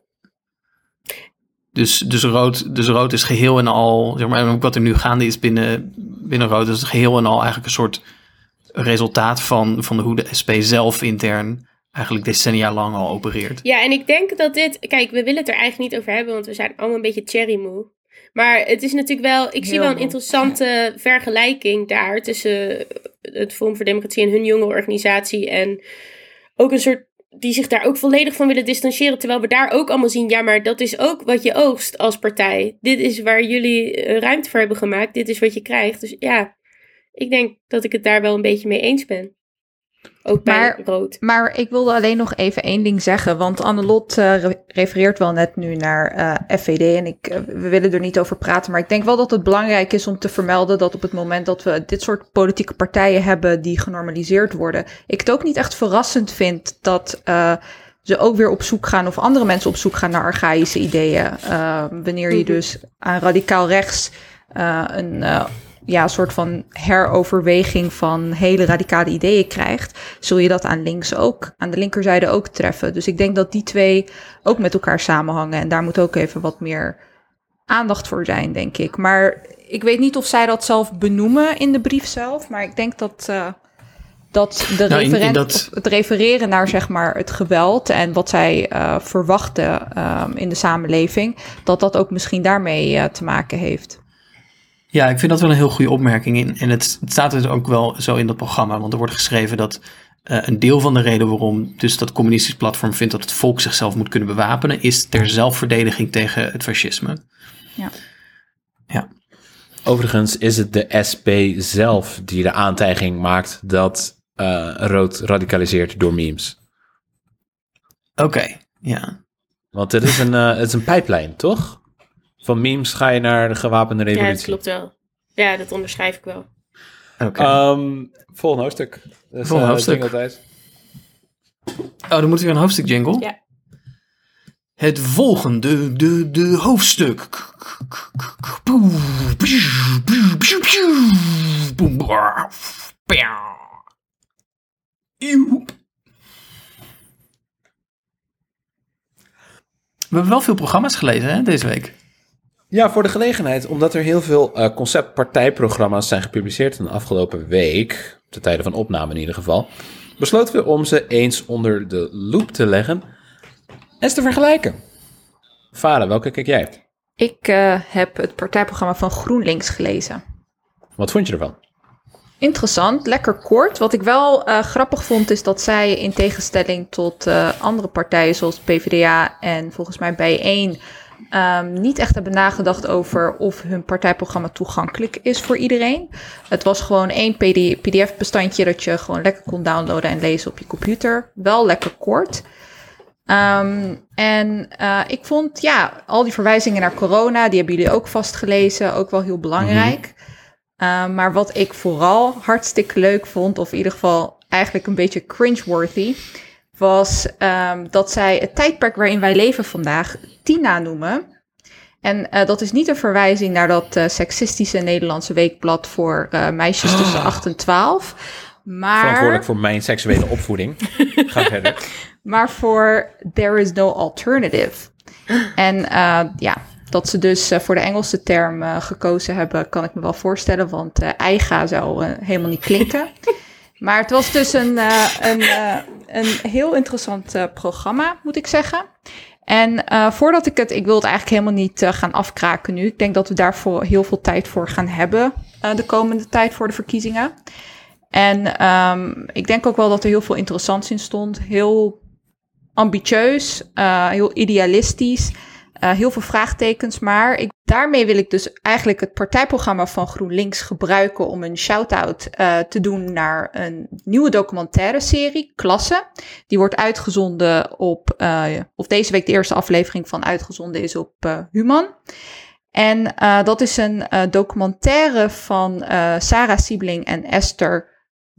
Dus, dus, rood, dus rood is geheel en al, zeg maar, en ook wat er nu gaande is binnen, binnen rood, is geheel en al eigenlijk een soort resultaat van, van hoe de S P zelf intern eigenlijk decennia lang al opereert. Ja, en ik denk dat dit... Kijk, we willen het er eigenlijk niet over hebben, want we zijn allemaal een beetje cherrymoe. Maar het is natuurlijk wel... Ik zie Heel wel een moe. interessante vergelijking daar tussen het Forum voor Democratie en hun jonge organisatie en ook een soort... die zich daar ook volledig van willen distancieren, terwijl we daar ook allemaal zien, ja, maar dat is ook wat je oogst als partij. Dit is waar jullie uh, ruimte voor hebben gemaakt. Dit is wat je krijgt. Dus ja, ik denk dat ik het daar wel een beetje mee eens ben. Ook bij Maar- rood. Maar ik wilde alleen nog even één ding zeggen. Want Annelot uh, re- refereert wel net nu naar uh, F V D. En ik, uh, we willen er niet over praten. Maar ik denk wel dat het belangrijk is om te vermelden dat op het moment dat we dit soort politieke partijen hebben die genormaliseerd worden, ik het ook niet echt verrassend vind dat uh, ze ook weer op zoek gaan of andere mensen op zoek gaan naar archaïsche ideeën. Uh, wanneer je Mhm. dus aan radicaal rechts uh, een... Uh, ja, een soort van heroverweging van hele radicale ideeën krijgt, zul je dat aan links ook, aan de linkerzijde ook treffen. Dus ik denk dat die twee ook met elkaar samenhangen. En daar moet ook even wat meer aandacht voor zijn, denk ik. Maar ik weet niet of zij dat zelf benoemen in de brief zelf. Maar ik denk dat, uh, dat, de Nou, in- in referen- dat- of het refereren naar zeg maar het geweld en wat zij uh, verwachten um, in de samenleving, dat dat ook misschien daarmee uh, te maken heeft. Ja, ik vind dat wel een heel goede opmerking. In. En het, het staat dus ook wel zo in dat programma. Want er wordt geschreven dat uh, een deel van de reden waarom dus dat communistisch platform vindt dat het volk zichzelf moet kunnen bewapenen, is ter zelfverdediging tegen het fascisme. Ja. Ja. Overigens is het de S P zelf die de aantijging maakt dat uh, rood radicaliseert door memes. Oké, okay, ja. Want het is een, uh, het is een pijplijn, toch? Van memes ga je naar de gewapende Ja, revolutie. dat klopt wel. Ja, dat onderschrijf ik wel. Oké. Okay. Um, volgende hoofdstuk. Dus, Volgende uh, hoofdstuk. jingle tijd. Oh, dan moet weer een hoofdstuk jingle. Ja. Het volgende de, de hoofdstuk. We hebben wel veel programma's gelezen hè, deze week. Ja, voor de gelegenheid, omdat er heel veel uh, conceptpartijprogramma's zijn gepubliceerd in de afgelopen week, op de tijden van opname in ieder geval, besloten we om ze eens onder de loep te leggen en eens te vergelijken. Vara, welke kijk jij? Ik uh, heb het partijprogramma van GroenLinks gelezen. Wat vond je ervan? Interessant, lekker kort. Wat ik wel uh, grappig vond is dat zij in tegenstelling tot uh, andere partijen zoals P v d A en volgens mij Bijeen um, niet echt hebben nagedacht over of hun partijprogramma toegankelijk is voor iedereen. Het was gewoon één P D F-bestandje dat je gewoon lekker kon downloaden en lezen op je computer. Wel lekker kort. Um, en uh, ik vond, ja, al die verwijzingen naar corona, die hebben jullie ook vastgelezen, ook wel heel belangrijk. Mm-hmm. Uh, maar wat ik vooral hartstikke leuk vond, of in ieder geval eigenlijk een beetje cringeworthy, was um, dat zij het tijdperk waarin wij leven vandaag Tina noemen. En uh, dat is niet een verwijzing naar dat uh, seksistische Nederlandse weekblad voor uh, meisjes oh. tussen acht en twaalf. Maar... Verantwoordelijk voor mijn seksuele opvoeding. Ga verder. Maar voor There is no alternative. En uh, ja, dat ze dus uh, voor de Engelse term uh, gekozen hebben, kan ik me wel voorstellen. Want uh, eiga zou uh, helemaal niet klinken. Maar het was dus een, uh, een, uh, een heel interessant uh, programma, moet ik zeggen. En uh, voordat ik het, ik wil het eigenlijk helemaal niet uh, gaan afkraken nu. Ik denk dat we daarvoor heel veel tijd voor gaan hebben uh, de komende tijd voor de verkiezingen. En um, ik denk ook wel dat er heel veel interessants in stond. Heel ambitieus, uh, heel idealistisch, uh, heel veel vraagtekens. Maar ik, daarmee wil ik dus eigenlijk het partijprogramma van GroenLinks gebruiken om een shout-out uh, te doen naar een nieuwe documentaire serie, Klasse. Die wordt uitgezonden op, uh, of deze week de eerste aflevering van uitgezonden is op uh, Human. En uh, dat is een uh, documentaire van uh, Sarah Siebling en Esther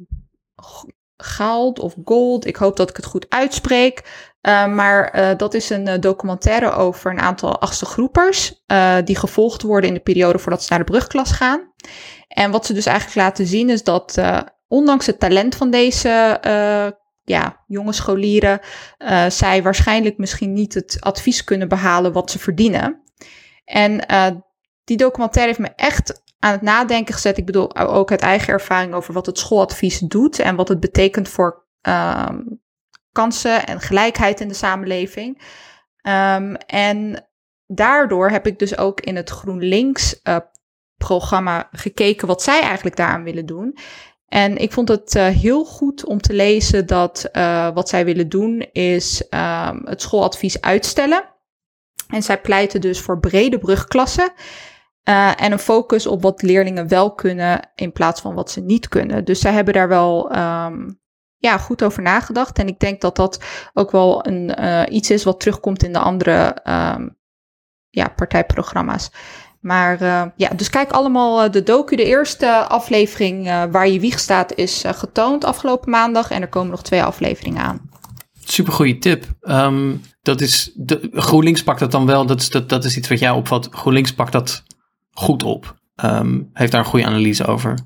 Gauld of Gold. Ik hoop dat ik het goed uitspreek. Uh, maar uh, dat is een uh, documentaire over een aantal achtste groepers uh, die gevolgd worden in de periode voordat ze naar de brugklas gaan. En wat ze dus eigenlijk laten zien is dat uh, ondanks het talent van deze uh, ja, jonge scholieren, uh, zij waarschijnlijk misschien niet het advies kunnen behalen wat ze verdienen. En uh, die documentaire heeft me echt aan het nadenken gezet. Ik bedoel ook uit eigen ervaring over wat het schooladvies doet en wat het betekent voor uh, kansen en gelijkheid in de samenleving. Um, en daardoor heb ik dus ook in het GroenLinks uh, programma gekeken wat zij eigenlijk daaraan willen doen. En ik vond het uh, heel goed om te lezen dat uh, wat zij willen doen is um, het schooladvies uitstellen. En zij pleiten dus voor brede brugklassen. Uh, en een focus op wat leerlingen wel kunnen in plaats van wat ze niet kunnen. Dus zij hebben daar wel um, ja, goed over nagedacht. En ik denk dat dat ook wel een, uh, iets is wat terugkomt in de andere um, ja, partijprogramma's. Maar uh, ja, dus kijk allemaal uh, de docu. De eerste aflevering uh, waar je wieg staat is uh, getoond afgelopen maandag. En er komen nog twee afleveringen aan. Supergoeie tip. Um, dat is de, GroenLinks pakt dat dan wel. Dat is, dat, dat is iets wat jij opvat. GroenLinks pakt dat goed op. Um, heeft daar een goede analyse over.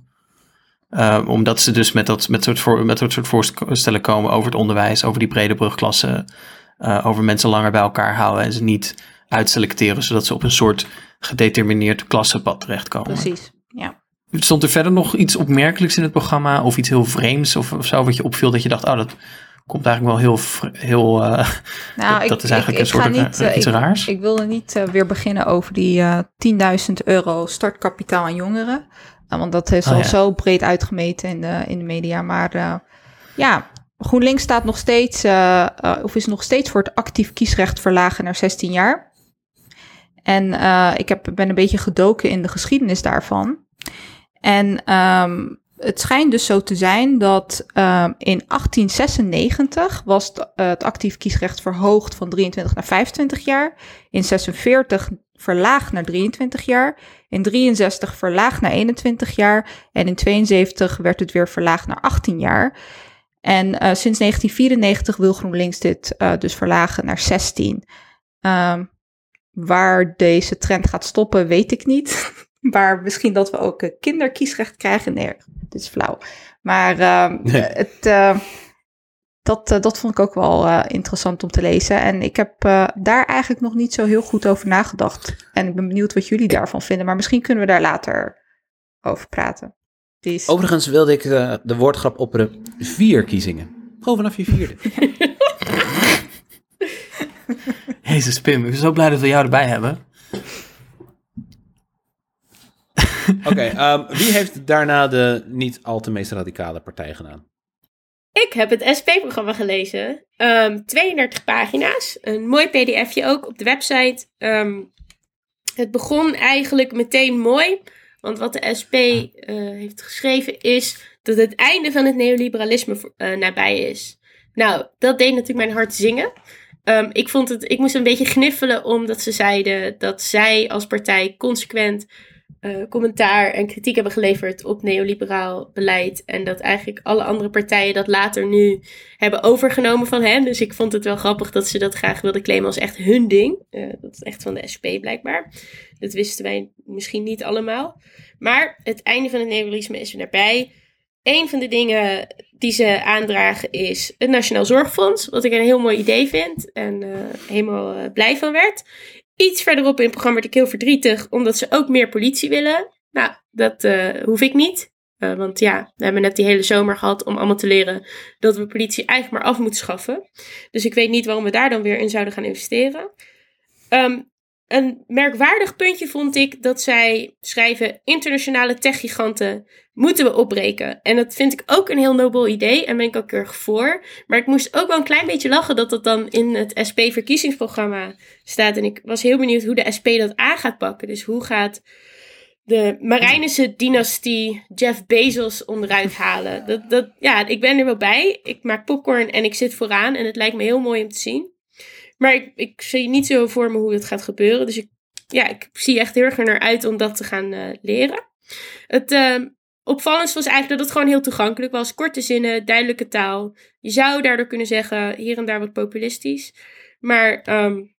Um, omdat ze dus met dat, met, soort voor, met dat soort voorstellen komen over het onderwijs, over die brede brugklassen, uh, over mensen langer bij elkaar houden en ze niet uitselecteren, zodat ze op een soort gedetermineerd klassenpad terechtkomen. Precies, ja. Stond er verder nog iets opmerkelijks in het programma of iets heel vreemds of, of zo wat je opviel dat je dacht, oh, dat komt eigenlijk wel heel, heel uh, nou, dat, ik, dat is eigenlijk ik, een soort ik niet, uh, iets ik, raars. Ik wilde niet uh, weer beginnen over die uh, tienduizend euro startkapitaal aan jongeren. Uh, want dat is oh, al ja. zo breed uitgemeten in de, in de media. Maar uh, ja, GroenLinks staat nog steeds, uh, uh, of is nog steeds voor het actief kiesrecht verlagen naar zestien jaar. En uh, ik heb, ben een beetje gedoken in de geschiedenis daarvan. En um, het schijnt dus zo te zijn dat um, in achttien zesennegentig was het, uh, het actief kiesrecht verhoogd van drieëntwintig naar vijfentwintig jaar. In zesenveertig verlaagd naar drieëntwintig jaar. In drieënzestig verlaagd naar eenentwintig jaar. En in tweeënzeventig werd het weer verlaagd naar achttien jaar. En uh, sinds negentien vierennegentig wil GroenLinks dit uh, dus verlagen naar zestien. Um, waar deze trend gaat stoppen, weet ik niet. Maar misschien dat we ook uh, kinderkiesrecht krijgen. Nee, dit is flauw. Maar uh, nee. het, uh, dat, uh, dat vond ik ook wel uh, interessant om te lezen. En ik heb uh, daar eigenlijk nog niet zo heel goed over nagedacht. En ik ben benieuwd wat jullie daarvan vinden. Maar misschien kunnen we daar later over praten. Is... Overigens wilde ik uh, de woordgrap opperen. Vier kiezingen. Gewoon vanaf je vierde. Jezus Pim, ik ben zo blij dat we jou erbij hebben. Oké, okay, um, wie heeft daarna de niet al te meest radicale partij gedaan? Ik heb het S P-programma gelezen. Um, tweeëndertig pagina's. Een mooi pdfje ook op de website. Um, het begon eigenlijk meteen mooi. Want wat de S P uh, heeft geschreven is dat het einde van het neoliberalisme uh, nabij is. Nou, dat deed natuurlijk mijn hart zingen. Um, ik, vond het, ik moest een beetje gniffelen omdat ze zeiden dat zij als partij consequent uh, commentaar en kritiek hebben geleverd op neoliberaal beleid. En dat eigenlijk alle andere partijen dat later nu hebben overgenomen van hen. Dus ik vond het wel grappig dat ze dat graag wilden claimen als echt hun ding. Uh, dat is echt van de S P blijkbaar. Dat wisten wij misschien niet allemaal. Maar het einde van het neoliberalisme is er nabij. Een van de dingen die ze aandragen is het Nationaal Zorgfonds. Wat ik een heel mooi idee vind. En uh, helemaal uh, blij van werd. Iets verderop in het programma werd ik heel verdrietig. Omdat ze ook meer politie willen. Nou, dat uh, hoef ik niet. Uh, want ja, we hebben net die hele zomer gehad om allemaal te leren dat we politie eigenlijk maar af moeten schaffen. Dus ik weet niet waarom we daar dan weer in zouden gaan investeren. Um, Een merkwaardig puntje vond ik dat zij schrijven: internationale techgiganten moeten we opbreken. En dat vind ik ook een heel nobel idee en ben ik ook erg voor. Maar ik moest ook wel een klein beetje lachen dat dat dan in het S P-verkiezingsprogramma staat. En ik was heel benieuwd hoe de S P dat aan gaat pakken. Dus hoe gaat de Marijnissen dynastie Jeff Bezos onderuit halen? Dat, dat, ja, ik ben er wel bij. Ik maak popcorn en ik zit vooraan en het lijkt me heel mooi om te zien. Maar ik, ik zie niet zo voor me hoe het gaat gebeuren. Dus ik, ja, ik zie echt heel erg naar uit om dat te gaan uh, leren. Het uh, opvallendste was eigenlijk dat het gewoon heel toegankelijk was. Korte zinnen, duidelijke taal. Je zou daardoor kunnen zeggen, hier en daar wat populistisch. Maar um,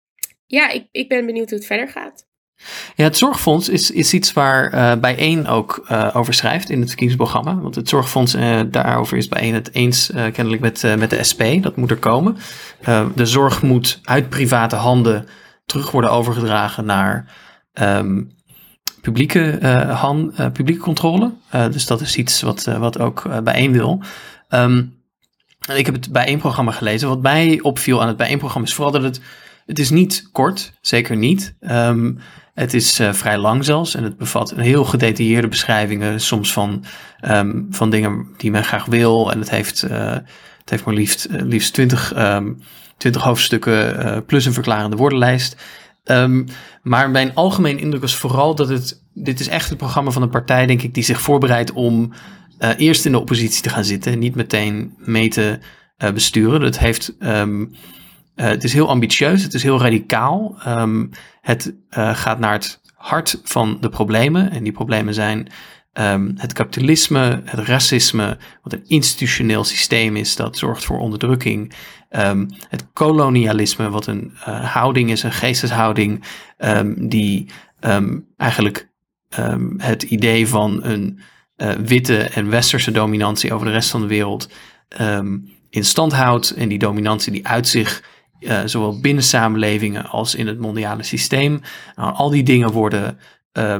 ja, ik, ik ben benieuwd hoe het verder gaat. Ja, het Zorgfonds is, is iets waar uh, bijeen ook uh, over schrijft in het verkiezingsprogramma. Want het Zorgfonds, uh, daarover is bijeen het eens uh, kennelijk met, uh, met de S P. Dat moet er komen. Uh, de zorg moet uit private handen terug worden overgedragen naar um, publieke, uh, hand, uh, publieke controle. Uh, dus dat is iets wat, uh, wat ook uh, bijeen wil. Um, ik heb het bijeenprogramma gelezen. Wat mij opviel aan het bijeenprogramma is vooral dat het... Het is niet kort, zeker niet. Um, het is uh, vrij lang zelfs en het bevat een heel gedetailleerde beschrijvingen, soms van, um, van dingen die men graag wil. En het heeft, uh, het heeft maar liefst, uh, liefst twintig, um, twintig hoofdstukken uh, plus een verklarende woordenlijst. Um, maar mijn algemeen indruk was vooral dat het, dit is echt het programma van een partij, denk ik, die zich voorbereidt om uh, eerst in de oppositie te gaan zitten en niet meteen mee te uh, besturen. Dat heeft... Um, Uh, het is heel ambitieus, het is heel radicaal. Um, het uh, gaat naar het hart van de problemen. En die problemen zijn um, het kapitalisme, het racisme, wat een institutioneel systeem is dat zorgt voor onderdrukking. Um, het kolonialisme, wat een uh, houding is, een geesteshouding, um, die um, eigenlijk um, het idee van een uh, witte en westerse dominantie over de rest van de wereld um, in stand houdt. En die dominantie die uit zich Uh, zowel binnen samenlevingen als in het mondiale systeem. Nou, al die dingen worden uh,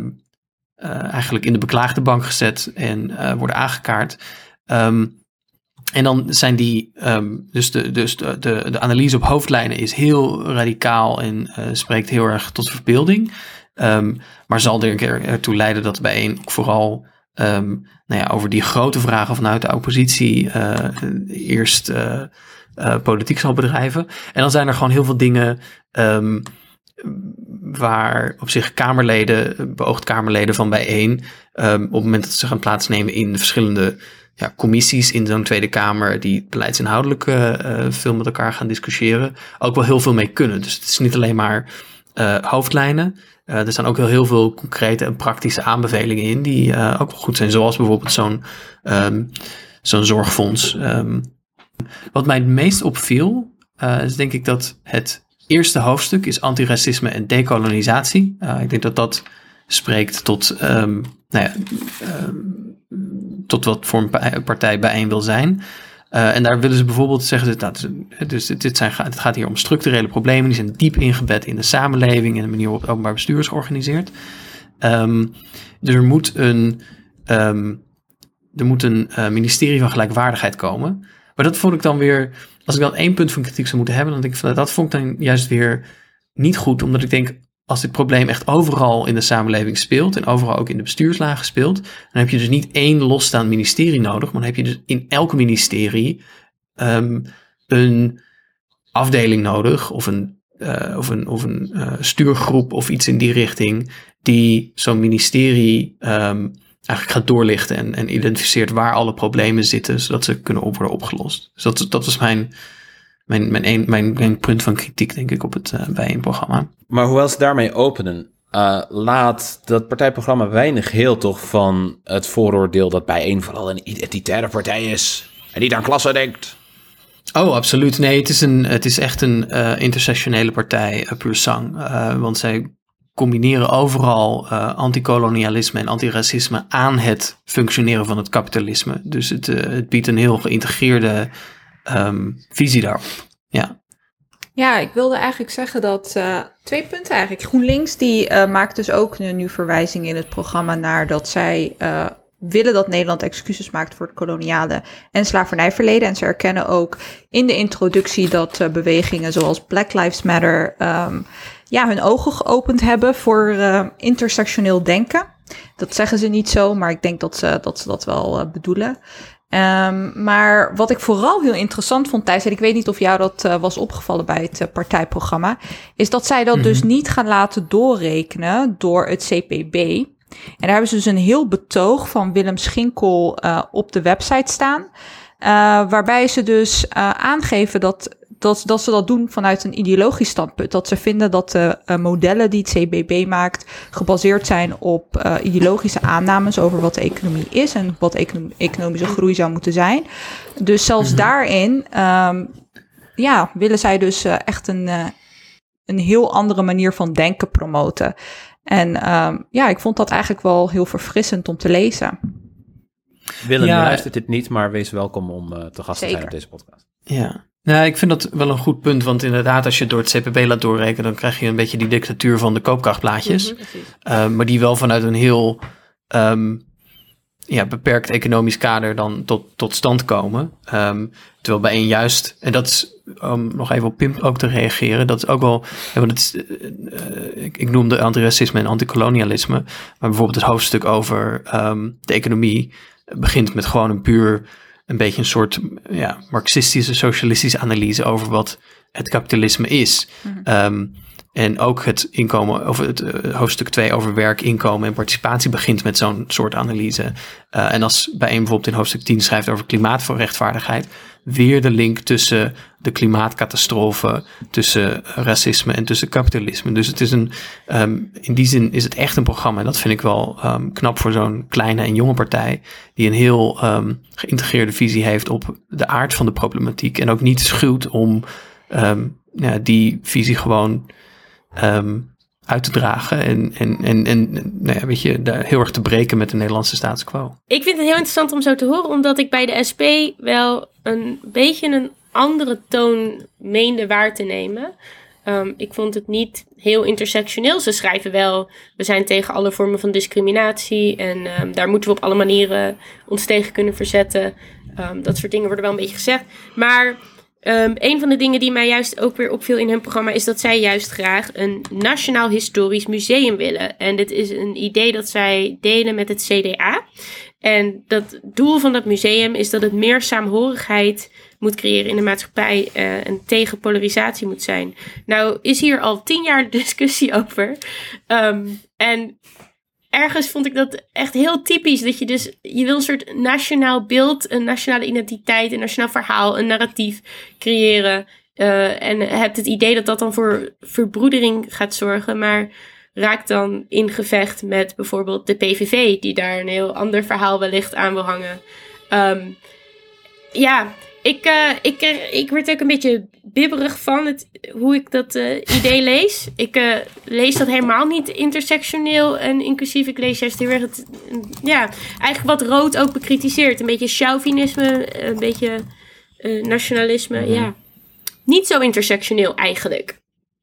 uh, eigenlijk in de beklaagde bank gezet en uh, worden aangekaart. Um, en dan zijn die, um, dus, de, dus de, de, de analyse op hoofdlijnen is heel radicaal en uh, spreekt heel erg tot verbeelding. Um, maar zal denk ik er, ertoe leiden dat bijeen ook vooral um, nou ja, over die grote vragen vanuit de oppositie uh, eerst... Uh, Uh, politiek zal bedrijven. En dan zijn er gewoon heel veel dingen um, waar op zich Kamerleden, beoogd Kamerleden van bijeen, um, op het moment dat ze gaan plaatsnemen in verschillende ja, commissies in zo'n Tweede Kamer, die beleidsinhoudelijk uh, uh, veel met elkaar gaan discussiëren, ook wel heel veel mee kunnen. Dus het is niet alleen maar uh, hoofdlijnen. Uh, er staan ook heel, heel veel concrete en praktische aanbevelingen in, die uh, ook wel goed zijn. Zoals bijvoorbeeld zo'n, um, zo'n zorgfonds. Um, Wat mij het meest opviel, uh, is denk ik dat het eerste hoofdstuk is antiracisme en dekolonisatie. Uh, ik denk dat dat spreekt tot, um, nou ja, um, tot wat voor een partij bijeen wil zijn. Uh, en daar willen ze bijvoorbeeld zeggen, nou, dus dit zijn, het gaat hier om structurele problemen, die zijn diep ingebed in de samenleving en de manier waarop het openbaar bestuur is georganiseerd. Um, dus er moet een, um, er moet een uh, ministerie van gelijkwaardigheid komen. Maar dat vond ik dan weer, als ik dan één punt van kritiek zou moeten hebben, dan denk ik van dat vond ik dan juist weer niet goed. Omdat ik denk, als dit probleem echt overal in de samenleving speelt en overal ook in de bestuurslagen speelt, dan heb je dus niet één losstaand ministerie nodig, maar dan heb je dus in elk ministerie um, een afdeling nodig of een, uh, of een, of een uh, stuurgroep of iets in die richting die zo'n ministerie um, eigenlijk gaat doorlichten en, en identificeert waar alle problemen zitten, zodat ze kunnen op worden opgelost. Dus dat, dat was mijn, mijn, mijn, een, mijn, mijn punt van kritiek, denk ik, op het uh, bijeenprogramma. Maar hoewel ze daarmee openen, uh, laat dat partijprogramma weinig heel toch van het vooroordeel dat bijeen vooral een identitaire partij is en niet aan klasse denkt. Oh, absoluut. Nee, het is, een, het is echt een uh, intersectionele partij, uh, puur sang. Uh, want zij combineren overal uh, antikolonialisme en antiracisme aan het functioneren van het kapitalisme. Dus het, uh, het biedt een heel geïntegreerde um, visie daarop. Ja. Ja, ik wilde eigenlijk zeggen dat uh, twee punten eigenlijk. GroenLinks die uh, maakt dus ook nu verwijzing in het programma naar dat zij uh, willen dat Nederland excuses maakt voor het koloniale en slavernijverleden. En ze erkennen ook in de introductie dat uh, bewegingen zoals Black Lives Matter um, ja, hun ogen geopend hebben voor uh, intersectioneel denken. Dat zeggen ze niet zo, maar ik denk dat ze dat, ze dat wel uh, bedoelen. Um, maar wat ik vooral heel interessant vond, Thijs, en ik weet niet of jou dat uh, was opgevallen bij het uh, partijprogramma, is dat zij dat mm-hmm. dus niet gaan laten doorrekenen door het C P B. En daar hebben ze dus een heel betoog van Willem Schinkel uh, op de website staan, uh, waarbij ze dus uh, aangeven dat, dat, dat ze dat doen vanuit een ideologisch standpunt. Dat ze vinden dat de uh, modellen die het C P B maakt gebaseerd zijn op uh, ideologische aannames over wat de economie is en wat econom- economische groei zou moeten zijn. Dus zelfs mm-hmm. daarin um, ja, willen zij dus uh, echt een, uh, een heel andere manier van denken promoten. En um, ja, ik vond dat eigenlijk wel heel verfrissend om te lezen. Willem, ja, je luistert dit niet, maar wees welkom om uh, te gast te zijn op deze podcast. Ja, nou, ik vind dat wel een goed punt, want inderdaad, als je het door het C P B laat doorrekenen, dan krijg je een beetje die dictatuur van de koopkrachtplaatjes. Mm-hmm, uh, maar die wel vanuit een heel um, ja, beperkt economisch kader dan tot, tot stand komen. Um, terwijl bij een juist, en dat is om nog even op Pim ook te reageren, dat is ook wel, ja, want het is, uh, ik, ik noemde antiracisme en antikolonialisme, maar bijvoorbeeld het hoofdstuk over um, de economie begint met gewoon een puur, een beetje een soort ja, marxistische, socialistische analyse over wat het kapitalisme is. Mm-hmm. Um, en ook het inkomen, of het uh, hoofdstuk twee over werk, inkomen en participatie begint met zo'n soort analyse. Uh, en als bij een bijvoorbeeld in hoofdstuk tien schrijft over klimaatrechtvaardigheid, weer de link tussen de klimaatcatastrofe, tussen racisme en tussen kapitalisme. Dus het is een, um, in die zin is het echt een programma. En dat vind ik wel um, knap voor zo'n kleine en jonge partij, die een heel um, geïntegreerde visie heeft op de aard van de problematiek. En ook niet schuwt om um, ja, die visie gewoon Um, uit te dragen en, en, en, en nou ja, weet je, daar heel erg te breken met de Nederlandse status quo. Ik vind het heel interessant om zo te horen, omdat ik bij de S P wel een beetje een andere toon meende waar te nemen. Um, ik vond het niet heel intersectioneel. Ze schrijven wel, we zijn tegen alle vormen van discriminatie en um, daar moeten we op alle manieren ons tegen kunnen verzetten. Um, dat soort dingen worden wel een beetje gezegd. Maar Um, een van de dingen die mij juist ook weer opviel in hun programma is dat zij juist graag een Nationaal Historisch Museum willen. En dit is een idee dat zij delen met het C D A. En dat doel van dat museum is dat het meer saamhorigheid moet creëren in de maatschappij uh, en tegen polarisatie moet zijn. Nou is hier al tien jaar discussie over. Um, en ergens vond ik dat echt heel typisch. Dat je dus, je wil een soort nationaal beeld, een nationale identiteit, een nationaal verhaal, een narratief creëren. Uh, en hebt het idee dat dat dan voor verbroedering gaat zorgen. Maar raakt dan in gevecht met bijvoorbeeld de P V V, die daar een heel ander verhaal wellicht aan wil hangen. Um, ja, ik, uh, ik, ik werd ook een beetje bibberig van het, hoe ik dat uh, idee lees. Ik uh, lees dat helemaal niet intersectioneel en inclusief. Ik lees juist heel erg het, ja, eigenlijk wat Rood ook bekritiseert. Een beetje chauvinisme, een beetje uh, nationalisme, mm-hmm. ja. Niet zo intersectioneel eigenlijk.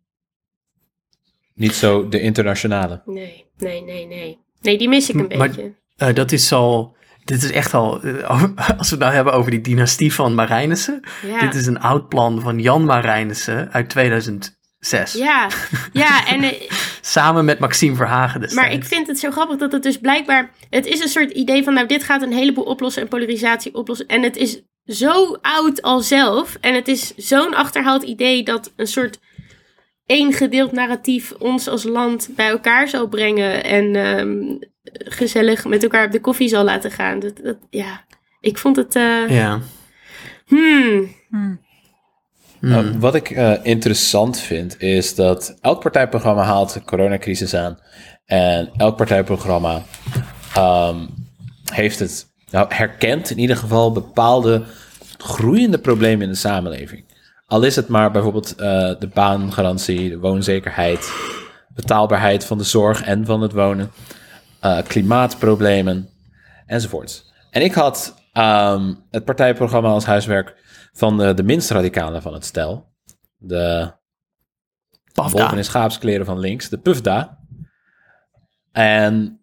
Niet zo de internationale. Nee, nee, nee, nee. Nee, die mis ik een maar, beetje. Uh, dat is al... Dit is echt al, als we het nou hebben over die dynastie van Marijnissen. Ja. Dit is een oud plan van Jan Marijnissen uit tweeduizend zes. Ja, ja en... Uh, Samen met Maxime Verhagen destijds. Maar ik vind het zo grappig dat het dus blijkbaar... Het is een soort idee van, nou, dit gaat een heleboel oplossen en polarisatie oplossen. En het is zo oud al zelf. En het is zo'n achterhaald idee dat een soort één gedeeld narratief ons als land bij elkaar zal brengen. En um, gezellig met elkaar op de koffie zal laten gaan. Dat, dat, ja, ik vond het... Uh, ja. Hmm... Hmm. Uh, wat ik uh, interessant vind, is dat elk partijprogramma haalt de coronacrisis aan. En elk partijprogramma um, heeft het, nou, herkent in ieder geval bepaalde groeiende problemen in de samenleving. Al is het maar bijvoorbeeld uh, de baangarantie, de woonzekerheid, betaalbaarheid van de zorg en van het wonen, uh, klimaatproblemen enzovoort. En ik had um, het partijprogramma als huiswerk van de, de minst radicale van het stel. De wolven in schaapskleren van links, de PUFDA. En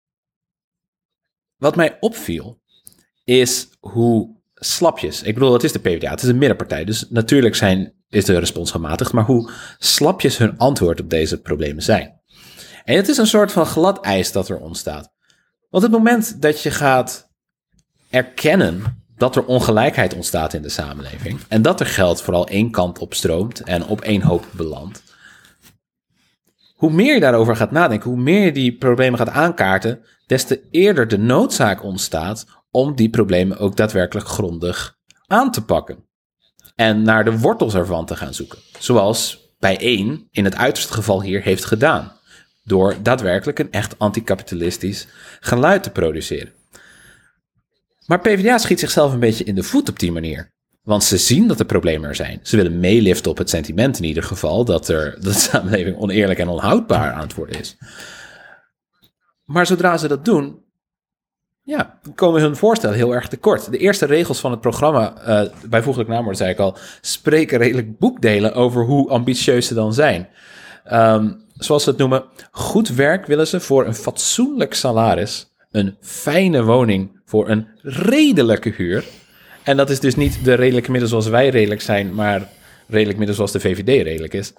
wat mij opviel, is hoe slapjes... Ik bedoel, het is de P v d A, het is een middenpartij, dus natuurlijk zijn, is de respons gematigd, maar hoe slapjes hun antwoord op deze problemen zijn. En het is een soort van glad ijs dat er ontstaat. Want het moment dat je gaat erkennen dat er ongelijkheid ontstaat in de samenleving en dat er geld vooral één kant op stroomt en op één hoop belandt, hoe meer je daarover gaat nadenken, hoe meer je die problemen gaat aankaarten, des te eerder de noodzaak ontstaat om die problemen ook daadwerkelijk grondig aan te pakken en naar de wortels ervan te gaan zoeken. Zoals bijeen in het uiterste geval hier heeft gedaan, door daadwerkelijk een echt anticapitalistisch geluid te produceren. Maar P v d A schiet zichzelf een beetje in de voet op die manier. Want ze zien dat de problemen er zijn. Ze willen meeliften op het sentiment in ieder geval dat, er, dat de samenleving oneerlijk en onhoudbaar aan het worden is. Maar zodra ze dat doen, ja, komen hun voorstellen heel erg tekort. De eerste regels van het programma, uh, bijvoeglijk naamwoord zei ik al, spreken redelijk boekdelen over hoe ambitieus ze dan zijn. Um, zoals ze het noemen, goed werk willen ze voor een fatsoenlijk salaris, een fijne woning voor een redelijke huur. En dat is dus niet de redelijke midden zoals wij redelijk zijn, maar redelijk midden zoals de V V D redelijk is.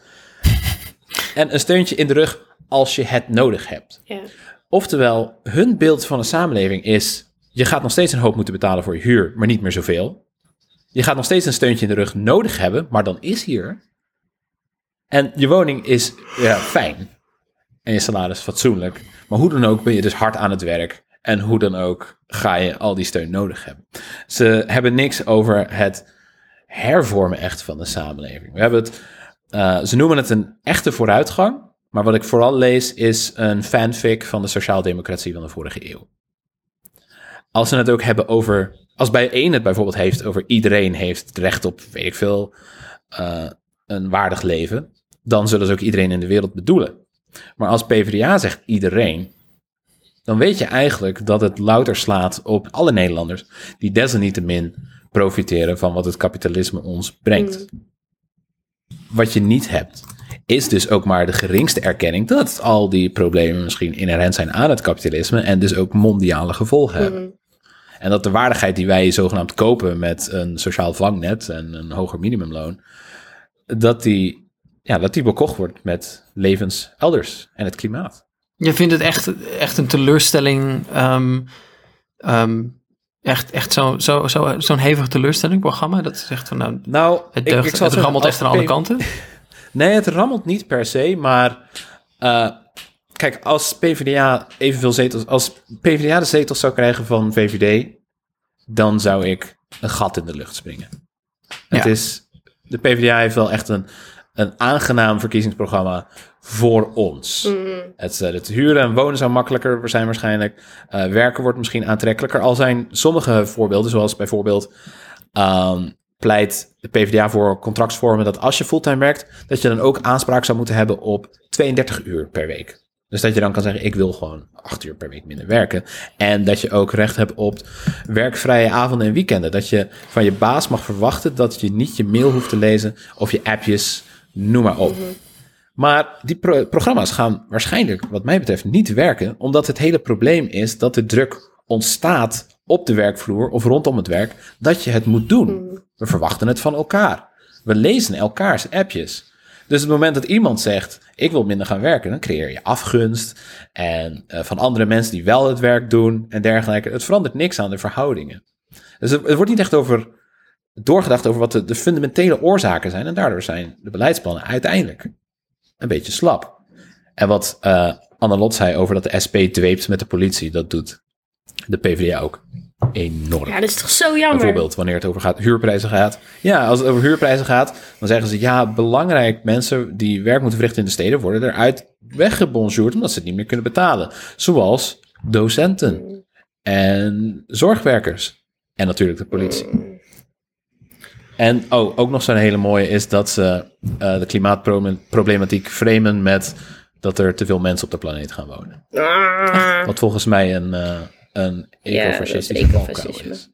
En een steuntje in de rug als je het nodig hebt. Ja. Oftewel, hun beeld van een samenleving is, je gaat nog steeds een hoop moeten betalen voor je huur, maar niet meer zoveel. Je gaat nog steeds een steuntje in de rug nodig hebben, maar dan is hier. En je woning is ja, fijn. En je salaris fatsoenlijk. Maar hoe dan ook ben je dus hard aan het werk. En hoe dan ook ga je al die steun nodig hebben. Ze hebben niks over het hervormen echt van de samenleving. We hebben het, uh, ze noemen het een echte vooruitgang. Maar wat ik vooral lees is een fanfic van de sociaaldemocratie van de vorige eeuw. Als ze het ook hebben over, als bijeen het bijvoorbeeld heeft over iedereen heeft het recht op, weet ik veel, uh, een waardig leven. Dan zullen ze ook iedereen in de wereld bedoelen. Maar als P v d A zegt iedereen, dan weet je eigenlijk dat het louter slaat op alle Nederlanders die desalniettemin profiteren van wat het kapitalisme ons brengt. Mm. Wat je niet hebt, is dus ook maar de geringste erkenning dat al die problemen misschien inherent zijn aan het kapitalisme en dus ook mondiale gevolgen mm. hebben. En dat de waardigheid die wij zogenaamd kopen met een sociaal vangnet en een hoger minimumloon, dat die, ja, dat die bekocht wordt met levens elders en het klimaat. Je vindt het echt, echt een teleurstelling, um, um, echt, echt zo, zo, zo, zo'n hevige teleurstelling programma? Dat is echt van, nou, nou het, deugt, ik, ik het rammelt echt aan alle kanten? Nee, het rammelt niet per se, maar uh, kijk, als P v d A evenveel zetels, als P v d A de zetels zou krijgen van V V D, dan zou ik een gat in de lucht springen. Ja. Het is, de P v d A heeft wel echt een, een aangenaam verkiezingsprogramma voor ons. Mm. Het, het huren en wonen zou makkelijker zijn waarschijnlijk. Uh, werken wordt misschien aantrekkelijker. Al zijn sommige voorbeelden, zoals bijvoorbeeld Um, pleit de P v d A voor contractsvormen dat als je fulltime werkt, dat je dan ook aanspraak zou moeten hebben op tweeëndertig uur per week. Dus dat je dan kan zeggen, ik wil gewoon acht uur per week minder werken. En dat je ook recht hebt op werkvrije avonden en weekenden. Dat je van je baas mag verwachten dat je niet je mail hoeft te lezen of je appjes, noem maar op. Mm-hmm. Maar die pro- programma's gaan waarschijnlijk, wat mij betreft, niet werken, omdat het hele probleem is dat de druk ontstaat op de werkvloer of rondom het werk, dat je het moet doen. We verwachten het van elkaar. We lezen elkaars appjes. Dus het moment dat iemand zegt, ik wil minder gaan werken, dan creëer je afgunst en uh, van andere mensen die wel het werk doen en dergelijke. Het verandert niks aan de verhoudingen. Dus het, het wordt niet echt over doorgedacht over wat de, de fundamentele oorzaken zijn. En daardoor zijn de beleidsplannen uiteindelijk een beetje slap. En wat uh, Anne-Lot zei over dat de S P dweept met de politie, dat doet de P v d A ook enorm. Ja, dat is toch zo jammer. Bijvoorbeeld wanneer het over gaat, huurprijzen gaat. Ja, als het over huurprijzen gaat, dan zeggen ze, ja, belangrijk, mensen die werk moeten verrichten in de steden worden eruit weggebonjourd omdat ze het niet meer kunnen betalen. Zoals docenten en zorgwerkers en natuurlijk de politie. En oh, ook nog zo'n hele mooie is dat ze uh, de klimaatproblematiek framen met dat er te veel mensen op de planeet gaan wonen. Ah. Wat volgens mij een, uh, een ecofascistische ja, valkuil is.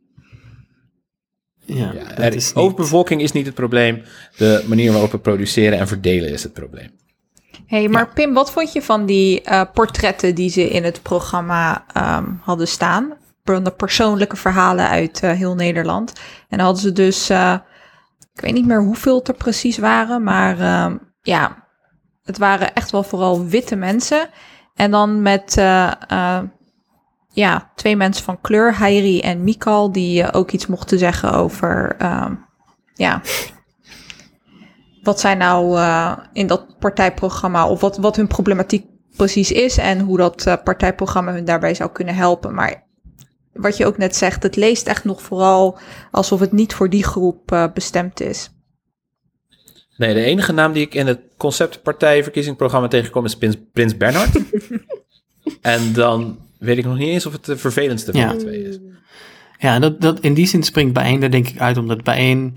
Ja, Ja, dat er, is niet... Overbevolking is niet het probleem. De manier waarop we produceren en verdelen is het probleem. Hey, maar ja. Pim, wat vond je van die uh, portretten die ze in het programma um, hadden staan? De persoonlijke verhalen uit uh, heel Nederland. En dan hadden ze dus, uh, ik weet niet meer hoeveel het er precies waren, maar uh, ja, het waren echt wel vooral witte mensen. En dan met uh, uh, ja, twee mensen van kleur, Heiri en Mikal, die uh, ook iets mochten zeggen over, uh, ja, wat zij nou uh, in dat partijprogramma, of wat, wat hun problematiek precies is en hoe dat uh, partijprogramma hun daarbij zou kunnen helpen. Maar wat je ook net zegt, het leest echt nog vooral alsof het niet voor die groep uh, bestemd is. Nee, de enige naam die ik in het conceptpartijverkiezingsprogramma tegenkom is Prins, Prins Bernhard. En dan weet ik nog niet eens of het de vervelendste van ja. de twee is. Ja, dat, dat, in die zin springt bijeen er denk ik uit, omdat bijeen...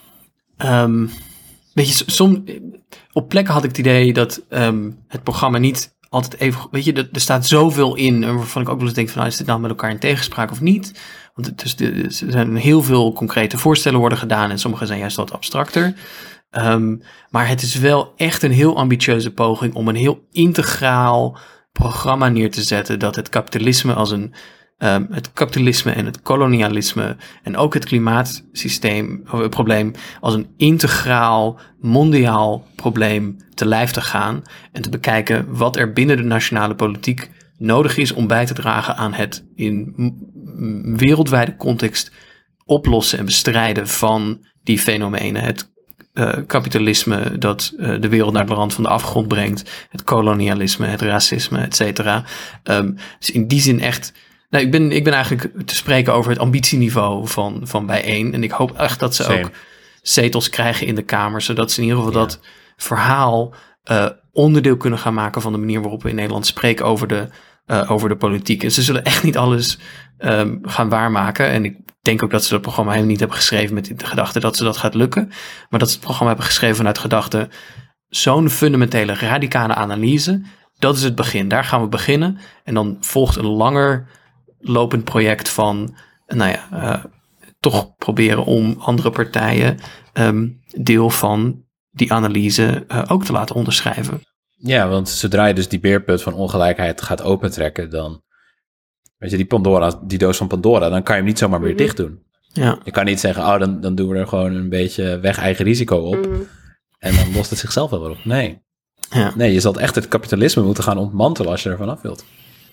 Um, weet je, som, op plekken had ik het idee dat um, het programma niet altijd even... Weet je, er, er staat zoveel in, waarvan ik ook wel eens denk van, nou, is dit nou met elkaar in tegenspraak of niet? Want het is, er zijn heel veel concrete voorstellen worden gedaan en sommige zijn juist wat abstracter. Um, maar het is wel echt een heel ambitieuze poging om een heel integraal programma neer te zetten dat het kapitalisme als een um, het kapitalisme en het kolonialisme en ook het klimaatsysteem of het probleem als een integraal mondiaal probleem te lijf te gaan en te bekijken wat er binnen de nationale politiek nodig is om bij te dragen aan het in m- wereldwijde context oplossen en bestrijden van die fenomenen. Het Uh, kapitalisme dat uh, de wereld naar de rand van de afgrond brengt. Het kolonialisme, het racisme, et cetera. Um, dus in die zin echt... Nou, ik ben, ik ben eigenlijk te spreken over het ambitieniveau van, van bijeen. En ik hoop echt dat ze Same. ook zetels krijgen in de Kamer, zodat ze in ieder geval Ja. dat verhaal uh, onderdeel kunnen gaan maken van de manier waarop we in Nederland spreken over de, uh, over de politiek. En ze zullen echt niet alles um, gaan waarmaken. En ik denk ook dat ze dat programma helemaal niet hebben geschreven met de gedachte dat ze dat gaat lukken. Maar dat ze het programma hebben geschreven vanuit de gedachte, zo'n fundamentele, radicale analyse, dat is het begin. Daar gaan we beginnen. En dan volgt een langer lopend project van, nou ja, uh, toch proberen om andere partijen um, deel van die analyse uh, ook te laten onderschrijven. Ja, want zodra je dus die beerput van ongelijkheid gaat opentrekken, dan, weet je, die Pandora, die doos van Pandora, dan kan je hem niet zomaar weer Mm-hmm. dicht doen. Ja. Je kan niet zeggen, oh, dan, dan doen we er gewoon een beetje weg eigen risico op. Mm. En dan lost het zichzelf wel weer op. Nee. Ja. Nee, je zal echt het kapitalisme moeten gaan ontmantelen als je er vanaf wilt.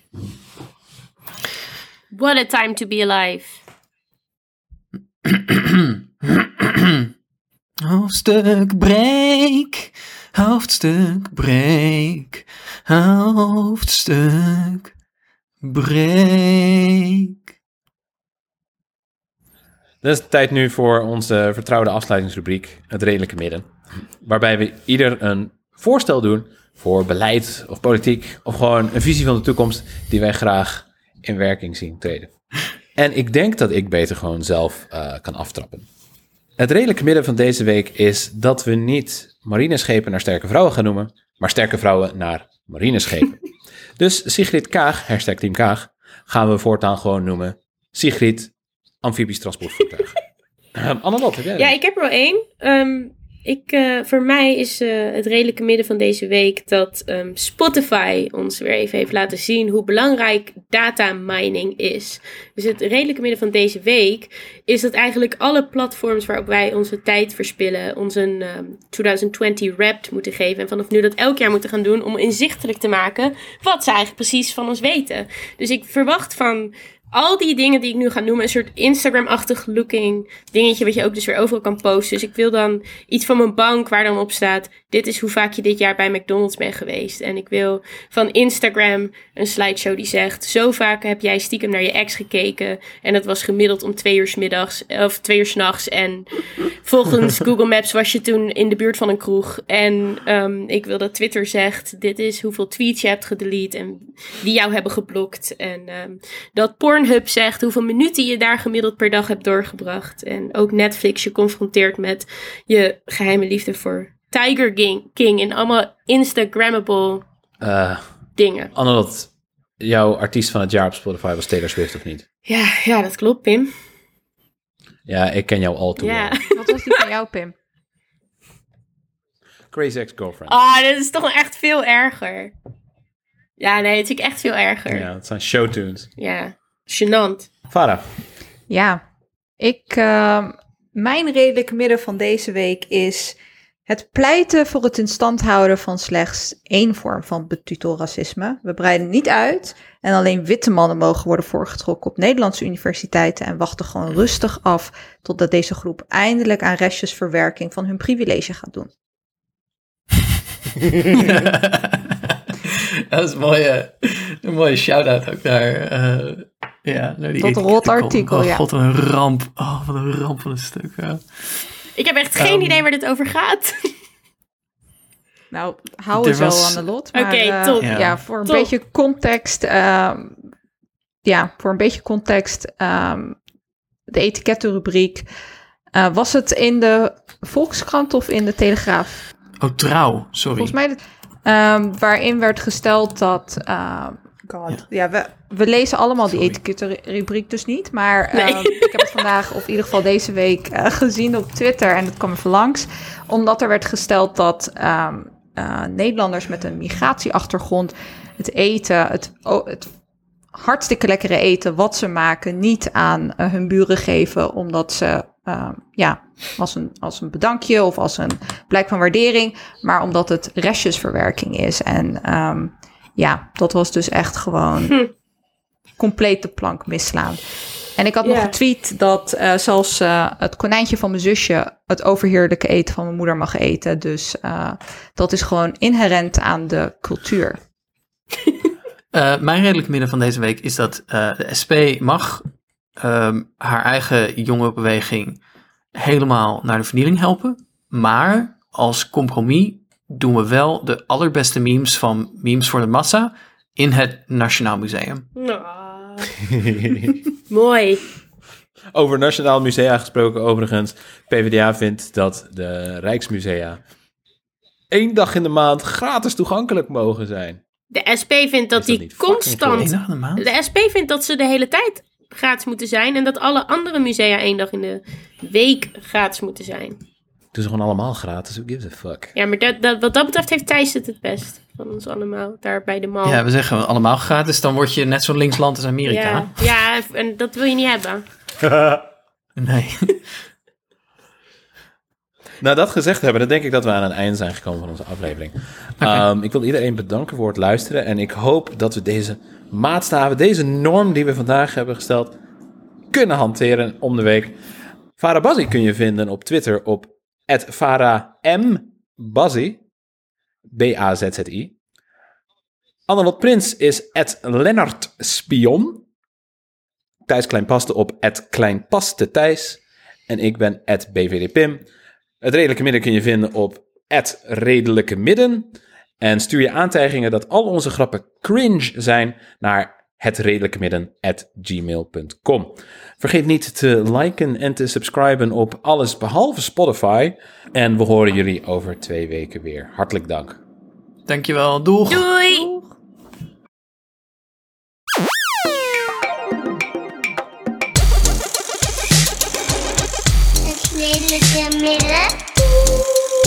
What a time to be alive. Hoofdstuk break, hoofdstuk break, hoofdstuk break. Dan is het tijd nu voor onze vertrouwde afsluitingsrubriek, het redelijke midden. Waarbij we ieder een voorstel doen voor beleid of politiek of gewoon een visie van de toekomst die wij graag in werking zien treden. En ik denk dat ik beter gewoon zelf uh, kan aftrappen. Het redelijke midden van deze week is dat we niet marineschepen naar sterke vrouwen gaan noemen, maar sterke vrouwen naar marineschepen. Dus Sigrid Kaag, hashtag Team Kaag, gaan we voortaan gewoon noemen Sigrid amfibisch transportvoertuig. um, Anne-Lot, heb jij er? Ja, ik heb er wel één. Um, ik, uh, voor mij is uh, het redelijke midden van deze week dat um, Spotify ons weer even heeft laten zien hoe belangrijk data mining is. Dus het redelijke midden van deze week is dat eigenlijk alle platforms waarop wij onze tijd verspillen, ons een um, twintig twintig Wrapped moeten geven en vanaf nu dat elk jaar moeten gaan doen om inzichtelijk te maken wat ze eigenlijk precies van ons weten. Dus ik verwacht van al die dingen die ik nu ga noemen, een soort Instagram-achtig looking dingetje wat je ook dus weer overal kan posten. Dus ik wil dan iets van mijn bank waar dan op staat, dit is hoe vaak je dit jaar bij McDonald's bent geweest. En ik wil van Instagram een slideshow die zegt, zo vaak heb jij stiekem naar je ex gekeken. En dat was gemiddeld om twee uur 's middags, of twee uur 's nachts. En volgens Google Maps was je toen in de buurt van een kroeg. En um, ik wil dat Twitter zegt, dit is hoeveel tweets je hebt gedelete en die jou hebben geblokt. En um, dat Pornhub zegt hoeveel minuten je daar gemiddeld per dag hebt doorgebracht. En ook Netflix je confronteert met je geheime liefde voor Tiger King en allemaal Instagrammable uh, dingen. Anne, dat jouw artiest van het jaar op Spotify was Taylor Swift of niet? Ja, ja, dat klopt, Pim. Ja, ik ken jou al toe. Ja. Wat was die van jou, Pim? Crazy Ex-Girlfriend. Ah, oh, dit is toch echt veel erger. Ja, nee, het is echt veel erger. Ja, het zijn showtunes. Ja, gênant. Farah. Ja, ik, uh, mijn redelijke midden van deze week is het pleiten voor het in stand houden van slechts één vorm van betitelracisme. We breiden niet uit en alleen witte mannen mogen worden voorgetrokken op Nederlandse universiteiten en wachten gewoon rustig af totdat deze groep eindelijk aan restjesverwerking van hun privilege gaat doen. Dat is een mooie, een mooie shout-out ook naar, uh, ja, naar die tot een rot artikel, oh, ja. God, een ramp. Oh, wat een ramp van een stuk. Ja. Ik heb echt geen um, idee waar dit over gaat. Nou, hou het was... wel aan de lot. Oké, okay, uh, top. Ja, ja voor een top. beetje context. Uh, ja, voor een beetje context. Um, de etikettenrubriek. Uh, was het in de Volkskrant of in de Telegraaf? Oh, Trouw, sorry. Volgens mij, um, waarin werd gesteld dat... Uh, God, ja, ja we, we lezen allemaal sorry. die etikettenrubriek dus niet. Maar uh, nee. ik heb het vandaag, of in ieder geval deze week, uh, gezien op Twitter. En het kwam even langs. Omdat er werd gesteld dat um, uh, Nederlanders met een migratieachtergrond het eten, het, oh, het hartstikke lekkere eten wat ze maken, niet aan uh, hun buren geven. Omdat ze, uh, ja, als een, als een bedankje of als een blijk van waardering. Maar omdat het restjesverwerking is. En um, ja, dat was dus echt gewoon hm. compleet de plank misslaan. En ik had yeah. nog getweet dat uh, zelfs uh, het konijntje van mijn zusje het overheerlijke eten van mijn moeder mag eten. Dus uh, dat is gewoon inherent aan de cultuur. uh, mijn redelijk midden van deze week is dat uh, de S P mag um, haar eigen jongerenbeweging helemaal naar de vernieling helpen. Maar als compromis doen we wel de allerbeste memes van Memes voor de Massa in het Nationaal Museum. Oh. Mooi. Over Nationaal Musea gesproken overigens. P v d A vindt dat de Rijksmusea één dag in de maand gratis toegankelijk mogen zijn. De S P vindt dat, dat die constant... Één dag in de maand? De S P vindt dat ze de hele tijd gratis moeten zijn en dat alle andere musea één dag in de week gratis moeten zijn. Doen ze gewoon allemaal gratis, who gives a fuck? Ja, maar dat, dat, wat dat betreft heeft Thijs het het best van ons allemaal, daar bij de mal. Ja, we zeggen allemaal gratis, dan word je net zo'n linksland als Amerika. Ja, ja, en dat wil je niet hebben. Nee. Nou, dat gezegd hebben, dan denk ik dat we aan het einde zijn gekomen van onze aflevering. Okay. Um, ik wil iedereen bedanken voor het luisteren en ik hoop dat we deze maatstaven, deze norm die we vandaag hebben gesteld, kunnen hanteren om de week. Farah Bazzi kun je vinden op Twitter op at Farah M. Bazzi, B A Z Z I. Annelot Prins is at Lennart Spion. Thijs Kleinpaste op at Kleinpaste Thijs. En ik ben at B V D Pim. Het Redelijke Midden kun je vinden op at Redelijke Midden. En stuur je aantijgingen dat al onze grappen cringe zijn naar hetredelijkemidden at gmail punt com. Vergeet niet te liken en te subscriben op alles behalve Spotify. En we horen jullie over twee weken weer. Hartelijk dank. Dankjewel. Doeg. Doei. Doeg. Het Redelijke Midden.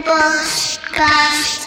podcast.